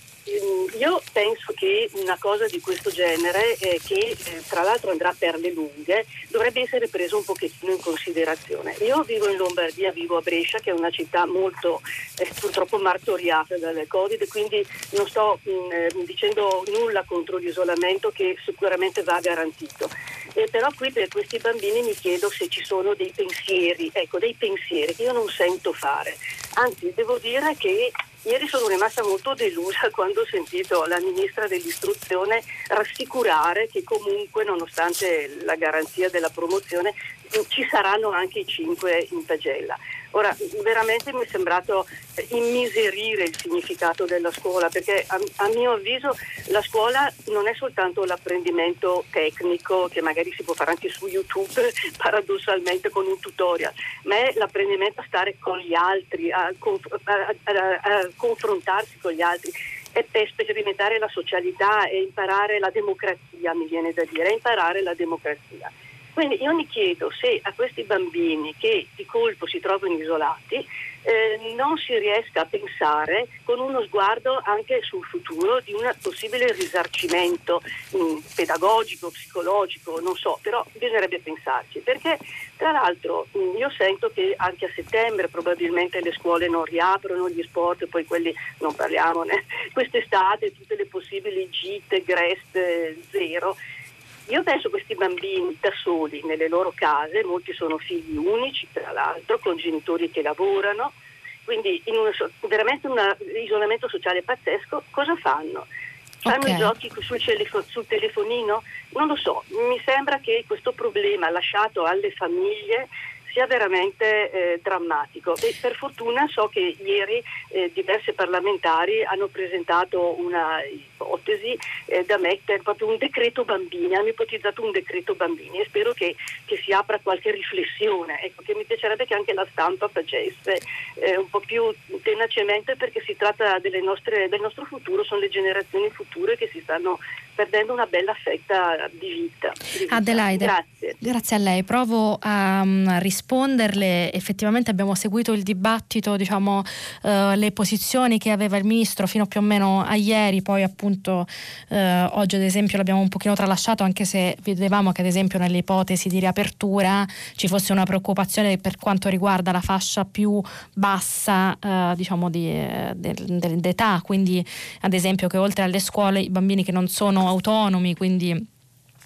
io penso che una cosa di questo genere, eh, che eh, tra l'altro andrà per le lunghe, dovrebbe essere preso un pochettino in considerazione. Io vivo in Lombardia, vivo a Brescia, che è una città molto eh, purtroppo martoriata dal Covid, quindi non sto mh, dicendo nulla contro l'isolamento, che sicuramente va garantito. Eh, però qui per questi bambini mi chiedo se ci sono dei pensieri, ecco, dei pensieri che io non sento fare. Anzi, devo dire che ieri sono rimasta molto delusa quando ho sentito la ministra dell'istruzione rassicurare che comunque, nonostante la garanzia della promozione, ci saranno anche i cinque in pagella. Ora, veramente mi è sembrato immiserire il significato della scuola, perché a, a mio avviso la scuola non è soltanto l'apprendimento tecnico, che magari si può fare anche su YouTube paradossalmente con un tutorial, ma è l'apprendimento a stare con gli altri, a, a, a, a confrontarsi con gli altri, e per sperimentare la socialità e imparare la democrazia, mi viene da dire, imparare la democrazia. Quindi io mi chiedo se a questi bambini che di colpo si trovano isolati eh, non si riesca a pensare con uno sguardo anche sul futuro di un possibile risarcimento mh, pedagogico, psicologico, non so, però bisognerebbe pensarci, perché tra l'altro mh, io sento che anche a settembre probabilmente le scuole non riaprono, gli sport, poi quelli non parliamone, quest'estate tutte le possibili gite, Grest, eh, zero. Io penso questi bambini da soli nelle loro case, molti sono figli unici tra l'altro, con genitori che lavorano, quindi in un, veramente un isolamento sociale pazzesco. Cosa fanno? Fanno okay. i giochi sul, celefo- sul telefonino? Non lo so, mi sembra che questo problema lasciato alle famiglie sia veramente eh, drammatico, e per fortuna so che ieri eh, diversi parlamentari hanno presentato una ipotesi eh, da mettere, proprio un decreto bambini, hanno ipotizzato un decreto bambini, e spero che, che si apra qualche riflessione, ecco, che mi piacerebbe che anche la stampa facesse eh, un po' più tenacemente, perché si tratta delle nostre, del nostro futuro, sono le generazioni future che si stanno perdendo una bella fetta di vita. Di vita. Adelaide, grazie. Grazie a lei. Provo a um, risponderle. Effettivamente abbiamo seguito il dibattito, diciamo, uh, le posizioni che aveva il ministro fino più o meno a ieri, poi appunto uh, oggi ad esempio l'abbiamo un pochino tralasciato, anche se vedevamo che ad esempio nelle ipotesi di riapertura ci fosse una preoccupazione per quanto riguarda la fascia più bassa uh, diciamo di, de, de, d'età, quindi ad esempio che oltre alle scuole i bambini che non sono autonomi, quindi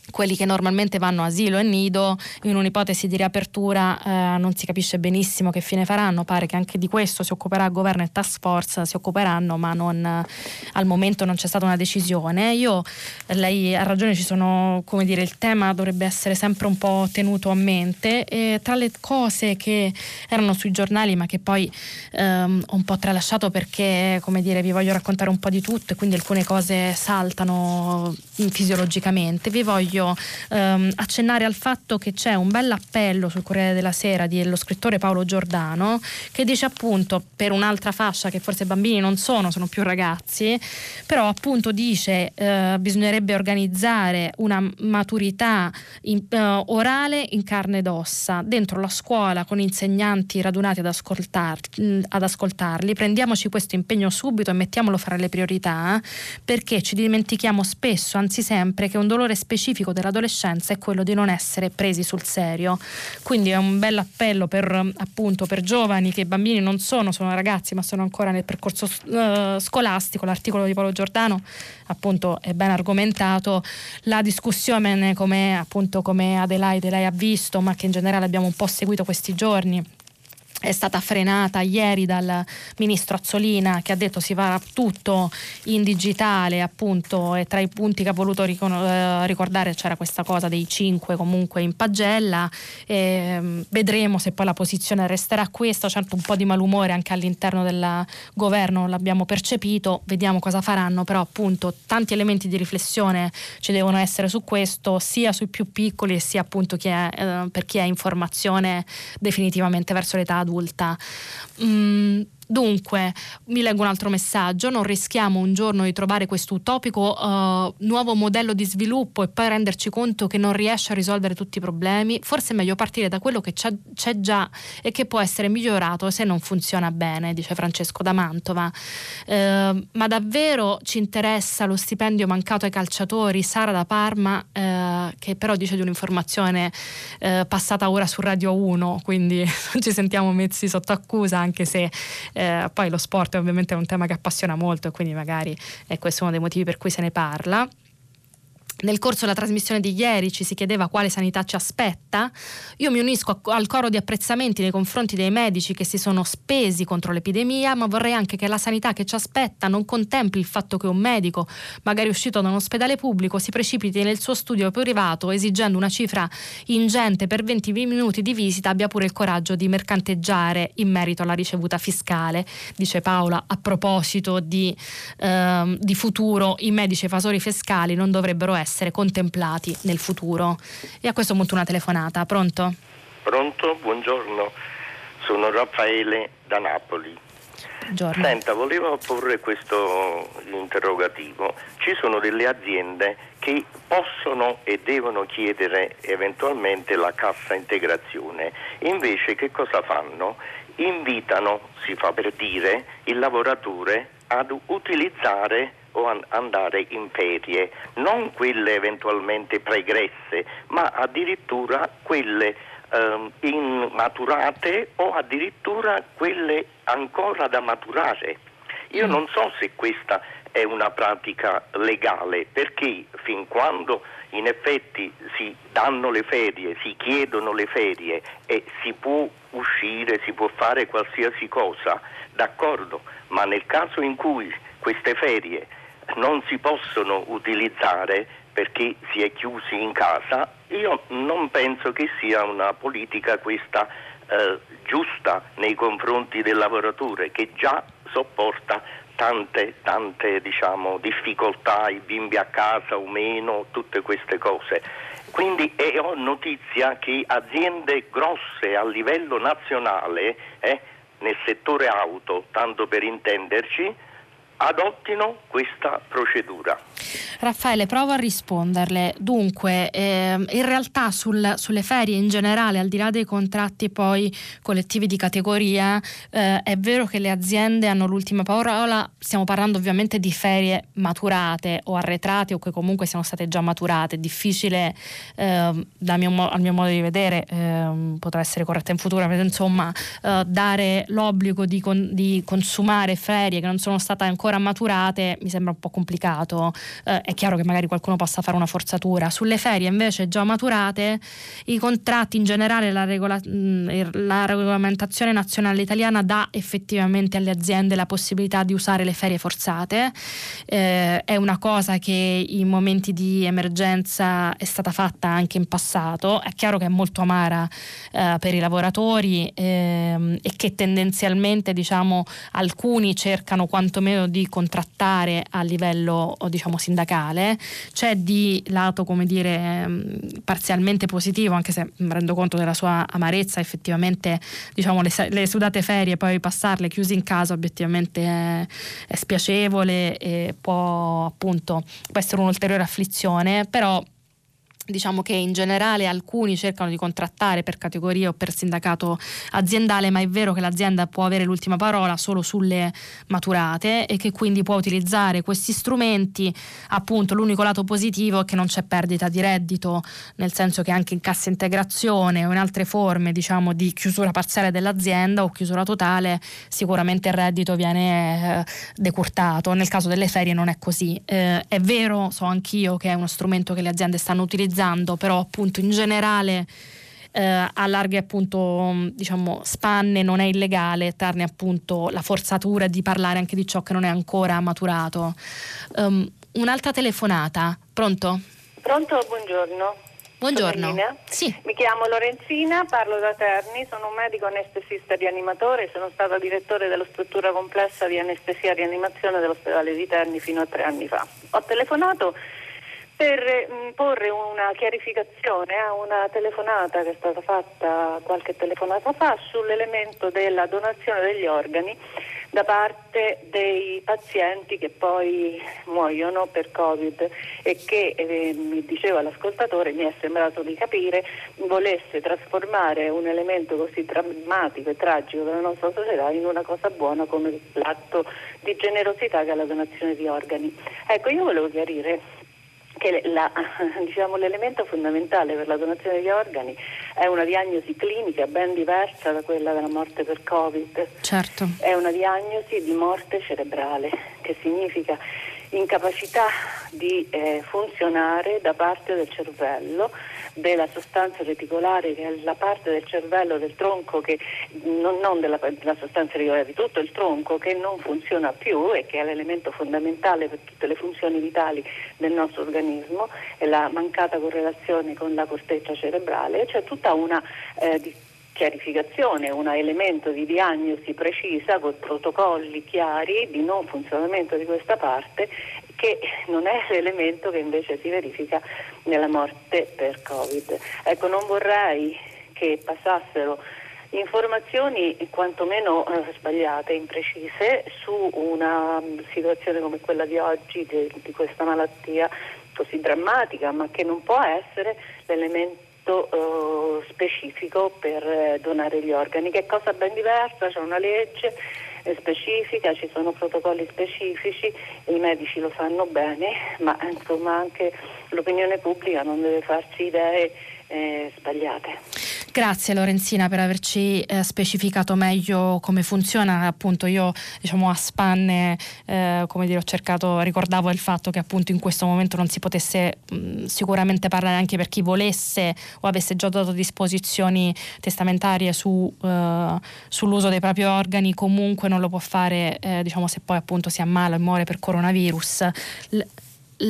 quelli che normalmente vanno asilo e nido, in un'ipotesi di riapertura eh, non si capisce benissimo che fine faranno. Pare che anche di questo si occuperà governo e task force, si occuperanno, ma non, al momento non c'è stata una decisione. Io, lei ha ragione, ci sono, come dire, il tema dovrebbe essere sempre un po' tenuto a mente, e tra le cose che erano sui giornali ma che poi ehm, ho un po' tralasciato perché, come dire, vi voglio raccontare un po' di tutto e quindi alcune cose saltano fisiologicamente, vi voglio ehm, accennare al fatto che c'è un bel appello sul Corriere della Sera dello scrittore Paolo Giordano, che dice appunto, per un'altra fascia che forse bambini non sono, sono più ragazzi, però appunto dice eh, bisognerebbe organizzare una maturità in, eh, orale in carne ed ossa dentro la scuola, con insegnanti radunati ad, ascoltar, ad ascoltarli. Prendiamoci questo impegno subito e mettiamolo fra le priorità, perché ci dimentichiamo spesso, anzi sempre, che un dolore specifico dell'adolescenza è quello di non essere presi sul serio. Quindi è un bel appello per, appunto, per giovani che bambini non sono, sono ragazzi ma sono ancora nel percorso uh, scolastico. L'articolo di Paolo Giordano appunto è ben argomentato, la discussione, come appunto come Adelaide lei ha visto, ma che in generale abbiamo un po' seguito questi giorni, è stata frenata ieri dal ministro Azzolina, che ha detto si va tutto in digitale, appunto, e tra i punti che ha voluto ricordare c'era questa cosa dei cinque comunque in pagella. E vedremo se poi la posizione resterà questa. Certo, un po' di malumore anche all'interno del governo l'abbiamo percepito, vediamo cosa faranno, però appunto tanti elementi di riflessione ci devono essere su questo, sia sui più piccoli e sia appunto chi è, eh, per chi ha informazione definitivamente verso l'età adulta. Mm, dunque, mi leggo un altro messaggio: non rischiamo un giorno di trovare questo utopico uh, nuovo modello di sviluppo e poi renderci conto che non riesce a risolvere tutti i problemi. Forse è meglio partire da quello che c'è, c'è già e che può essere migliorato se non funziona bene, dice Francesco da Mantova. Uh, ma davvero ci interessa lo stipendio mancato ai calciatori? Sara da Parma, uh, che però dice di un'informazione uh, passata ora su Radio uno, quindi non ci sentiamo messi sotto accusa, anche se Eh, poi lo sport è ovviamente un tema che appassiona molto e quindi magari è questo uno dei motivi per cui se ne parla. Nel corso della trasmissione di ieri ci si chiedeva quale sanità ci aspetta. Io mi unisco a, al coro di apprezzamenti nei confronti dei medici che si sono spesi contro l'epidemia, ma vorrei anche che la sanità che ci aspetta non contempli il fatto che un medico, magari uscito da un ospedale pubblico, si precipiti nel suo studio privato esigendo una cifra ingente per venti minuti di visita, abbia pure il coraggio di mercanteggiare in merito alla ricevuta fiscale. Dice Paola, a proposito di, ehm, di futuro, i medici evasori fiscali non dovrebbero essere essere contemplati nel futuro. E a questo punto una telefonata. Pronto? Pronto, buongiorno, sono Raffaele da Napoli. Buongiorno. Senta, volevo porre questo interrogativo. Ci sono delle aziende che possono e devono chiedere eventualmente la cassa integrazione, invece che cosa fanno? Invitano, si fa per dire, il lavoratore ad utilizzare o andare in ferie, non quelle eventualmente pregresse, ma addirittura quelle eh, immaturate o addirittura quelle ancora da maturare. Io mm. non so se questa è una pratica legale, perché fin quando in effetti si danno le ferie, si chiedono le ferie e si può uscire, si può fare qualsiasi cosa, d'accordo, ma nel caso in cui queste ferie non si possono utilizzare perché si è chiusi in casa, io non penso che sia una politica questa eh, giusta nei confronti del lavoratore, che già sopporta tante tante diciamo difficoltà, i bimbi a casa o meno, tutte queste cose. Quindi eh, ho notizia che aziende grosse a livello nazionale, eh, nel settore auto, tanto per intenderci, adottino questa procedura. Raffaele, provo a risponderle. Dunque, ehm, in realtà sul, sulle ferie in generale, al di là dei contratti poi collettivi di categoria, eh, è vero che le aziende hanno l'ultima parola. Stiamo parlando ovviamente di ferie maturate o arretrate o che comunque siano state già maturate. È difficile, eh, da mio, al mio modo di vedere, eh, potrà essere corretta in futuro, insomma, eh, dare l'obbligo di, con, di consumare ferie che non sono state ancora ancora maturate mi sembra un po' complicato. Eh, è chiaro che magari qualcuno possa fare una forzatura. Sulle ferie invece già maturate, i contratti in generale, la, regola, la regolamentazione nazionale italiana dà effettivamente alle aziende la possibilità di usare le ferie forzate. Eh, è una cosa che in momenti di emergenza è stata fatta anche in passato. È chiaro che è molto amara eh, per i lavoratori ehm, e che tendenzialmente, diciamo, alcuni cercano quantomeno di contrattare a livello, diciamo, sindacale. C'è di lato, come dire, parzialmente positivo, anche se mi rendo conto della sua amarezza. Effettivamente, diciamo, le, le sudate ferie, poi passarle chiusi in casa obiettivamente è, è spiacevole e può, appunto, può essere un'ulteriore afflizione, però diciamo che in generale alcuni cercano di contrattare per categoria o per sindacato aziendale, ma è vero che l'azienda può avere l'ultima parola solo sulle maturate e che quindi può utilizzare questi strumenti. Appunto, l'unico lato positivo è che non c'è perdita di reddito, nel senso che anche in cassa integrazione o in altre forme, diciamo, di chiusura parziale dell'azienda o chiusura totale, sicuramente il reddito viene eh, decurtato. Nel caso delle ferie non è così. Eh, è vero, so anch'io che è uno strumento che le aziende stanno utilizzando, però appunto in generale eh, a larghe, appunto, diciamo, spanne non è illegale, tranne appunto la forzatura di parlare anche di ciò che non è ancora maturato. Um, un'altra telefonata, pronto? Pronto, buongiorno. Buongiorno. Sì. Mi chiamo Lorenzina, parlo da Terni, sono un medico anestesista rianimatore, sono stata direttore della struttura complessa di anestesia e rianimazione dell'ospedale di Terni fino a tre anni fa. Ho telefonato per mh, porre una chiarificazione a una telefonata che è stata fatta qualche telefonata fa sull'elemento della donazione degli organi da parte dei pazienti che poi muoiono per Covid e che, eh, mi diceva l'ascoltatore, mi è sembrato di capire, volesse trasformare un elemento così drammatico e tragico della nostra società in una cosa buona come l'atto di generosità che è la donazione di organi. Ecco, io volevo chiarire che la, diciamo, l'elemento fondamentale per la donazione di organi è una diagnosi clinica ben diversa da quella della morte per Covid. Certo. È una diagnosi di morte cerebrale, che significa incapacità di eh, funzionare da parte del cervello, della sostanza reticolare, che è la parte del cervello, del tronco, che non, non della, della sostanza reticolare, di tutto il tronco, che non funziona più e che è l'elemento fondamentale per tutte le funzioni vitali del nostro organismo, e la mancata correlazione con la corteccia cerebrale. C'è tutta una eh, di, chiarificazione, un elemento di diagnosi precisa con protocolli chiari di non funzionamento di questa parte, che non è l'elemento che invece si verifica nella morte per Covid. Ecco, non vorrei che passassero informazioni quantomeno eh, sbagliate, imprecise, su una situazione come quella di oggi, di, di questa malattia così drammatica, ma che non può essere l'elemento Uh, specifico per uh, donare gli organi, che è cosa ben diversa. C'è una legge eh, specifica, ci sono protocolli specifici, i medici lo sanno bene, ma insomma anche l'opinione pubblica non deve farsi idee eh, sbagliate. Grazie Lorenzina per averci eh, specificato meglio come funziona. Appunto io, diciamo, a spanne eh, come dire, ho cercato, ricordavo il fatto che appunto in questo momento non si potesse mh, sicuramente parlare, anche per chi volesse o avesse già dato disposizioni testamentarie su, eh, sull'uso dei propri organi. Comunque non lo può fare, eh, diciamo, se poi appunto si ammala e muore per coronavirus. L- l-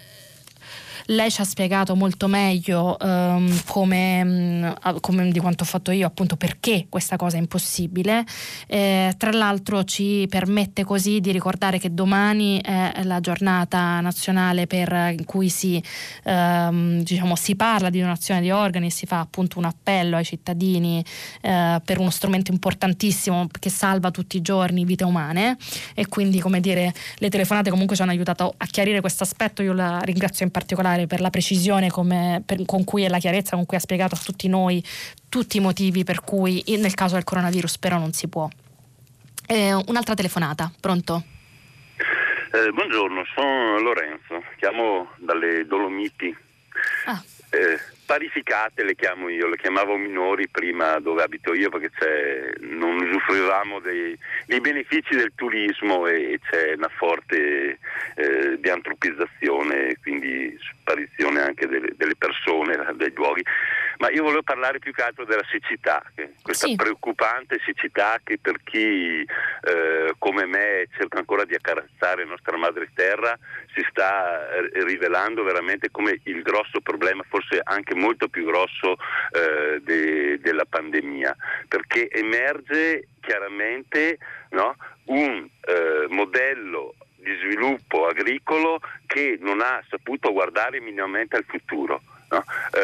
Lei ci ha spiegato molto meglio um, come, um, come di quanto ho fatto io, appunto, perché questa cosa è impossibile. Eh, tra l'altro ci permette così di ricordare che domani è la giornata nazionale per in cui si, um, diciamo, si parla di donazione di organi e si fa appunto un appello ai cittadini eh, per uno strumento importantissimo che salva tutti i giorni vite umane, e quindi, come dire, le telefonate comunque ci hanno aiutato a chiarire questo aspetto. Io la ringrazio in particolare per la precisione come, per, con cui e la chiarezza con cui ha spiegato a tutti noi tutti i motivi per cui nel caso del coronavirus però non si può. Eh, un'altra telefonata, pronto? Eh, buongiorno, sono Lorenzo, chiamo dalle Dolomiti. Ah. Eh, parificate le chiamo io, le chiamavo minori prima dove abito io, perché c'è, non usufruivamo dei, dei benefici del turismo e, e c'è una forte eh, biantropizzazione, quindi sparizione anche delle, delle persone, dei luoghi. Ma io volevo parlare più che altro della siccità, questa sì. preoccupante siccità che per chi eh, come me cerca ancora di accarezzare la nostra madre terra si sta rivelando veramente come il grosso problema, forse anche molto più grosso eh, de, della pandemia, perché emerge chiaramente, no, un eh, modello di sviluppo agricolo che non ha saputo guardare minimamente al futuro. No?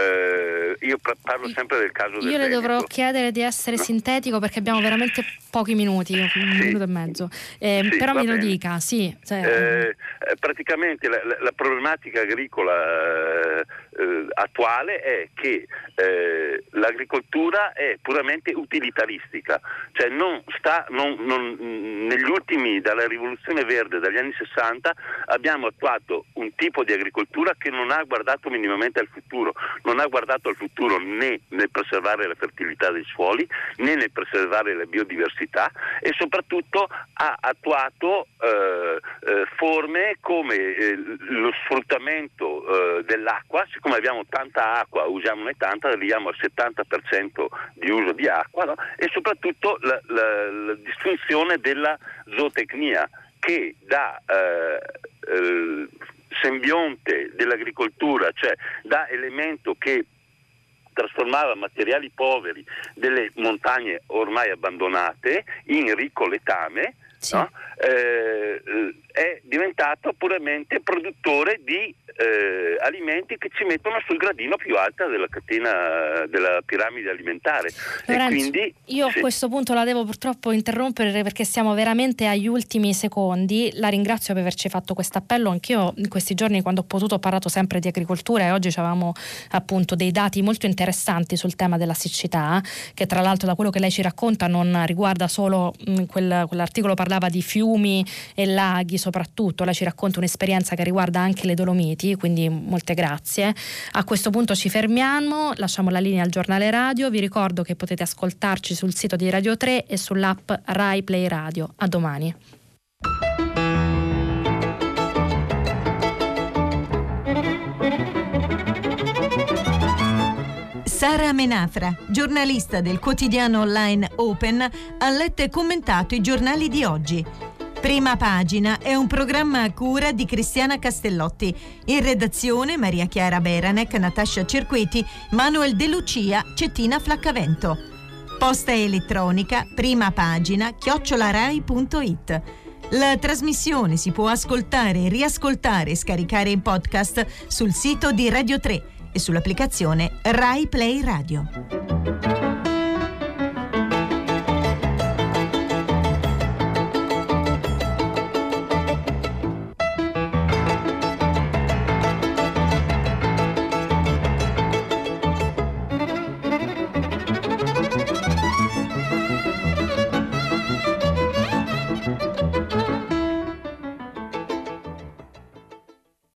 Eh, io parlo sempre del caso del Io le Veneto. dovrò chiedere di essere no? sintetico perché abbiamo veramente pochi minuti, un sì. minuto e mezzo. Eh, sì, però me lo bene. dica, sì. Cioè, eh, praticamente la, la, la problematica agricola eh, attuale è che eh, l'agricoltura è puramente utilitaristica, cioè non sta, non, non, negli ultimi, dalla rivoluzione verde, dagli anni sessanta, abbiamo attuato un tipo di agricoltura che non ha guardato minimamente al futuro, non ha guardato al futuro né nel preservare la fertilità dei suoli, né nel preservare la biodiversità, e soprattutto ha attuato eh, eh, forme come eh, lo sfruttamento eh, dell'acqua. Siccome abbiamo tanta acqua, usiamone tanta, arriviamo al settanta per cento di uso di acqua, no? E soprattutto la, la, la disfunzione della zootecnia, che da eh, eh, sembionte dell'agricoltura, cioè da elemento che trasformava materiali poveri delle montagne ormai abbandonate in ricco letame, sì. no? eh, è diventato puramente produttore di eh, alimenti che ci mettono sul gradino più alta della catena, della piramide alimentare. Lorenzo, e quindi, io sì. a questo punto la devo purtroppo interrompere perché siamo veramente agli ultimi secondi. La ringrazio per averci fatto questo appello. Anch'io in questi giorni, quando ho potuto, ho parlato sempre di agricoltura, e oggi avevamo appunto dei dati molto interessanti sul tema della siccità, che tra l'altro, da quello che lei ci racconta, non riguarda solo mh, quel, quell'articolo parlava di fiumi e laghi soprattutto. Lei ci racconta un'esperienza che riguarda anche le Dolomiti, quindi molte grazie. A questo punto ci fermiamo, lasciamo la linea al giornale radio. Vi ricordo che potete ascoltarci sul sito di Radio tre e sull'app Rai Play Radio. A domani. Sara Menafra, giornalista del quotidiano online Open, ha letto e commentato i giornali di oggi. Prima Pagina è un programma a cura di Cristiana Castellotti. In redazione Maria Chiara Beranec, Natascia Cerqueti, Manuel De Lucia, Cettina Flaccavento. Posta elettronica primapagina chiocciolarai punto it. La trasmissione si può ascoltare, riascoltare e scaricare in podcast sul sito di Radio tre e sull'applicazione Rai Play Radio.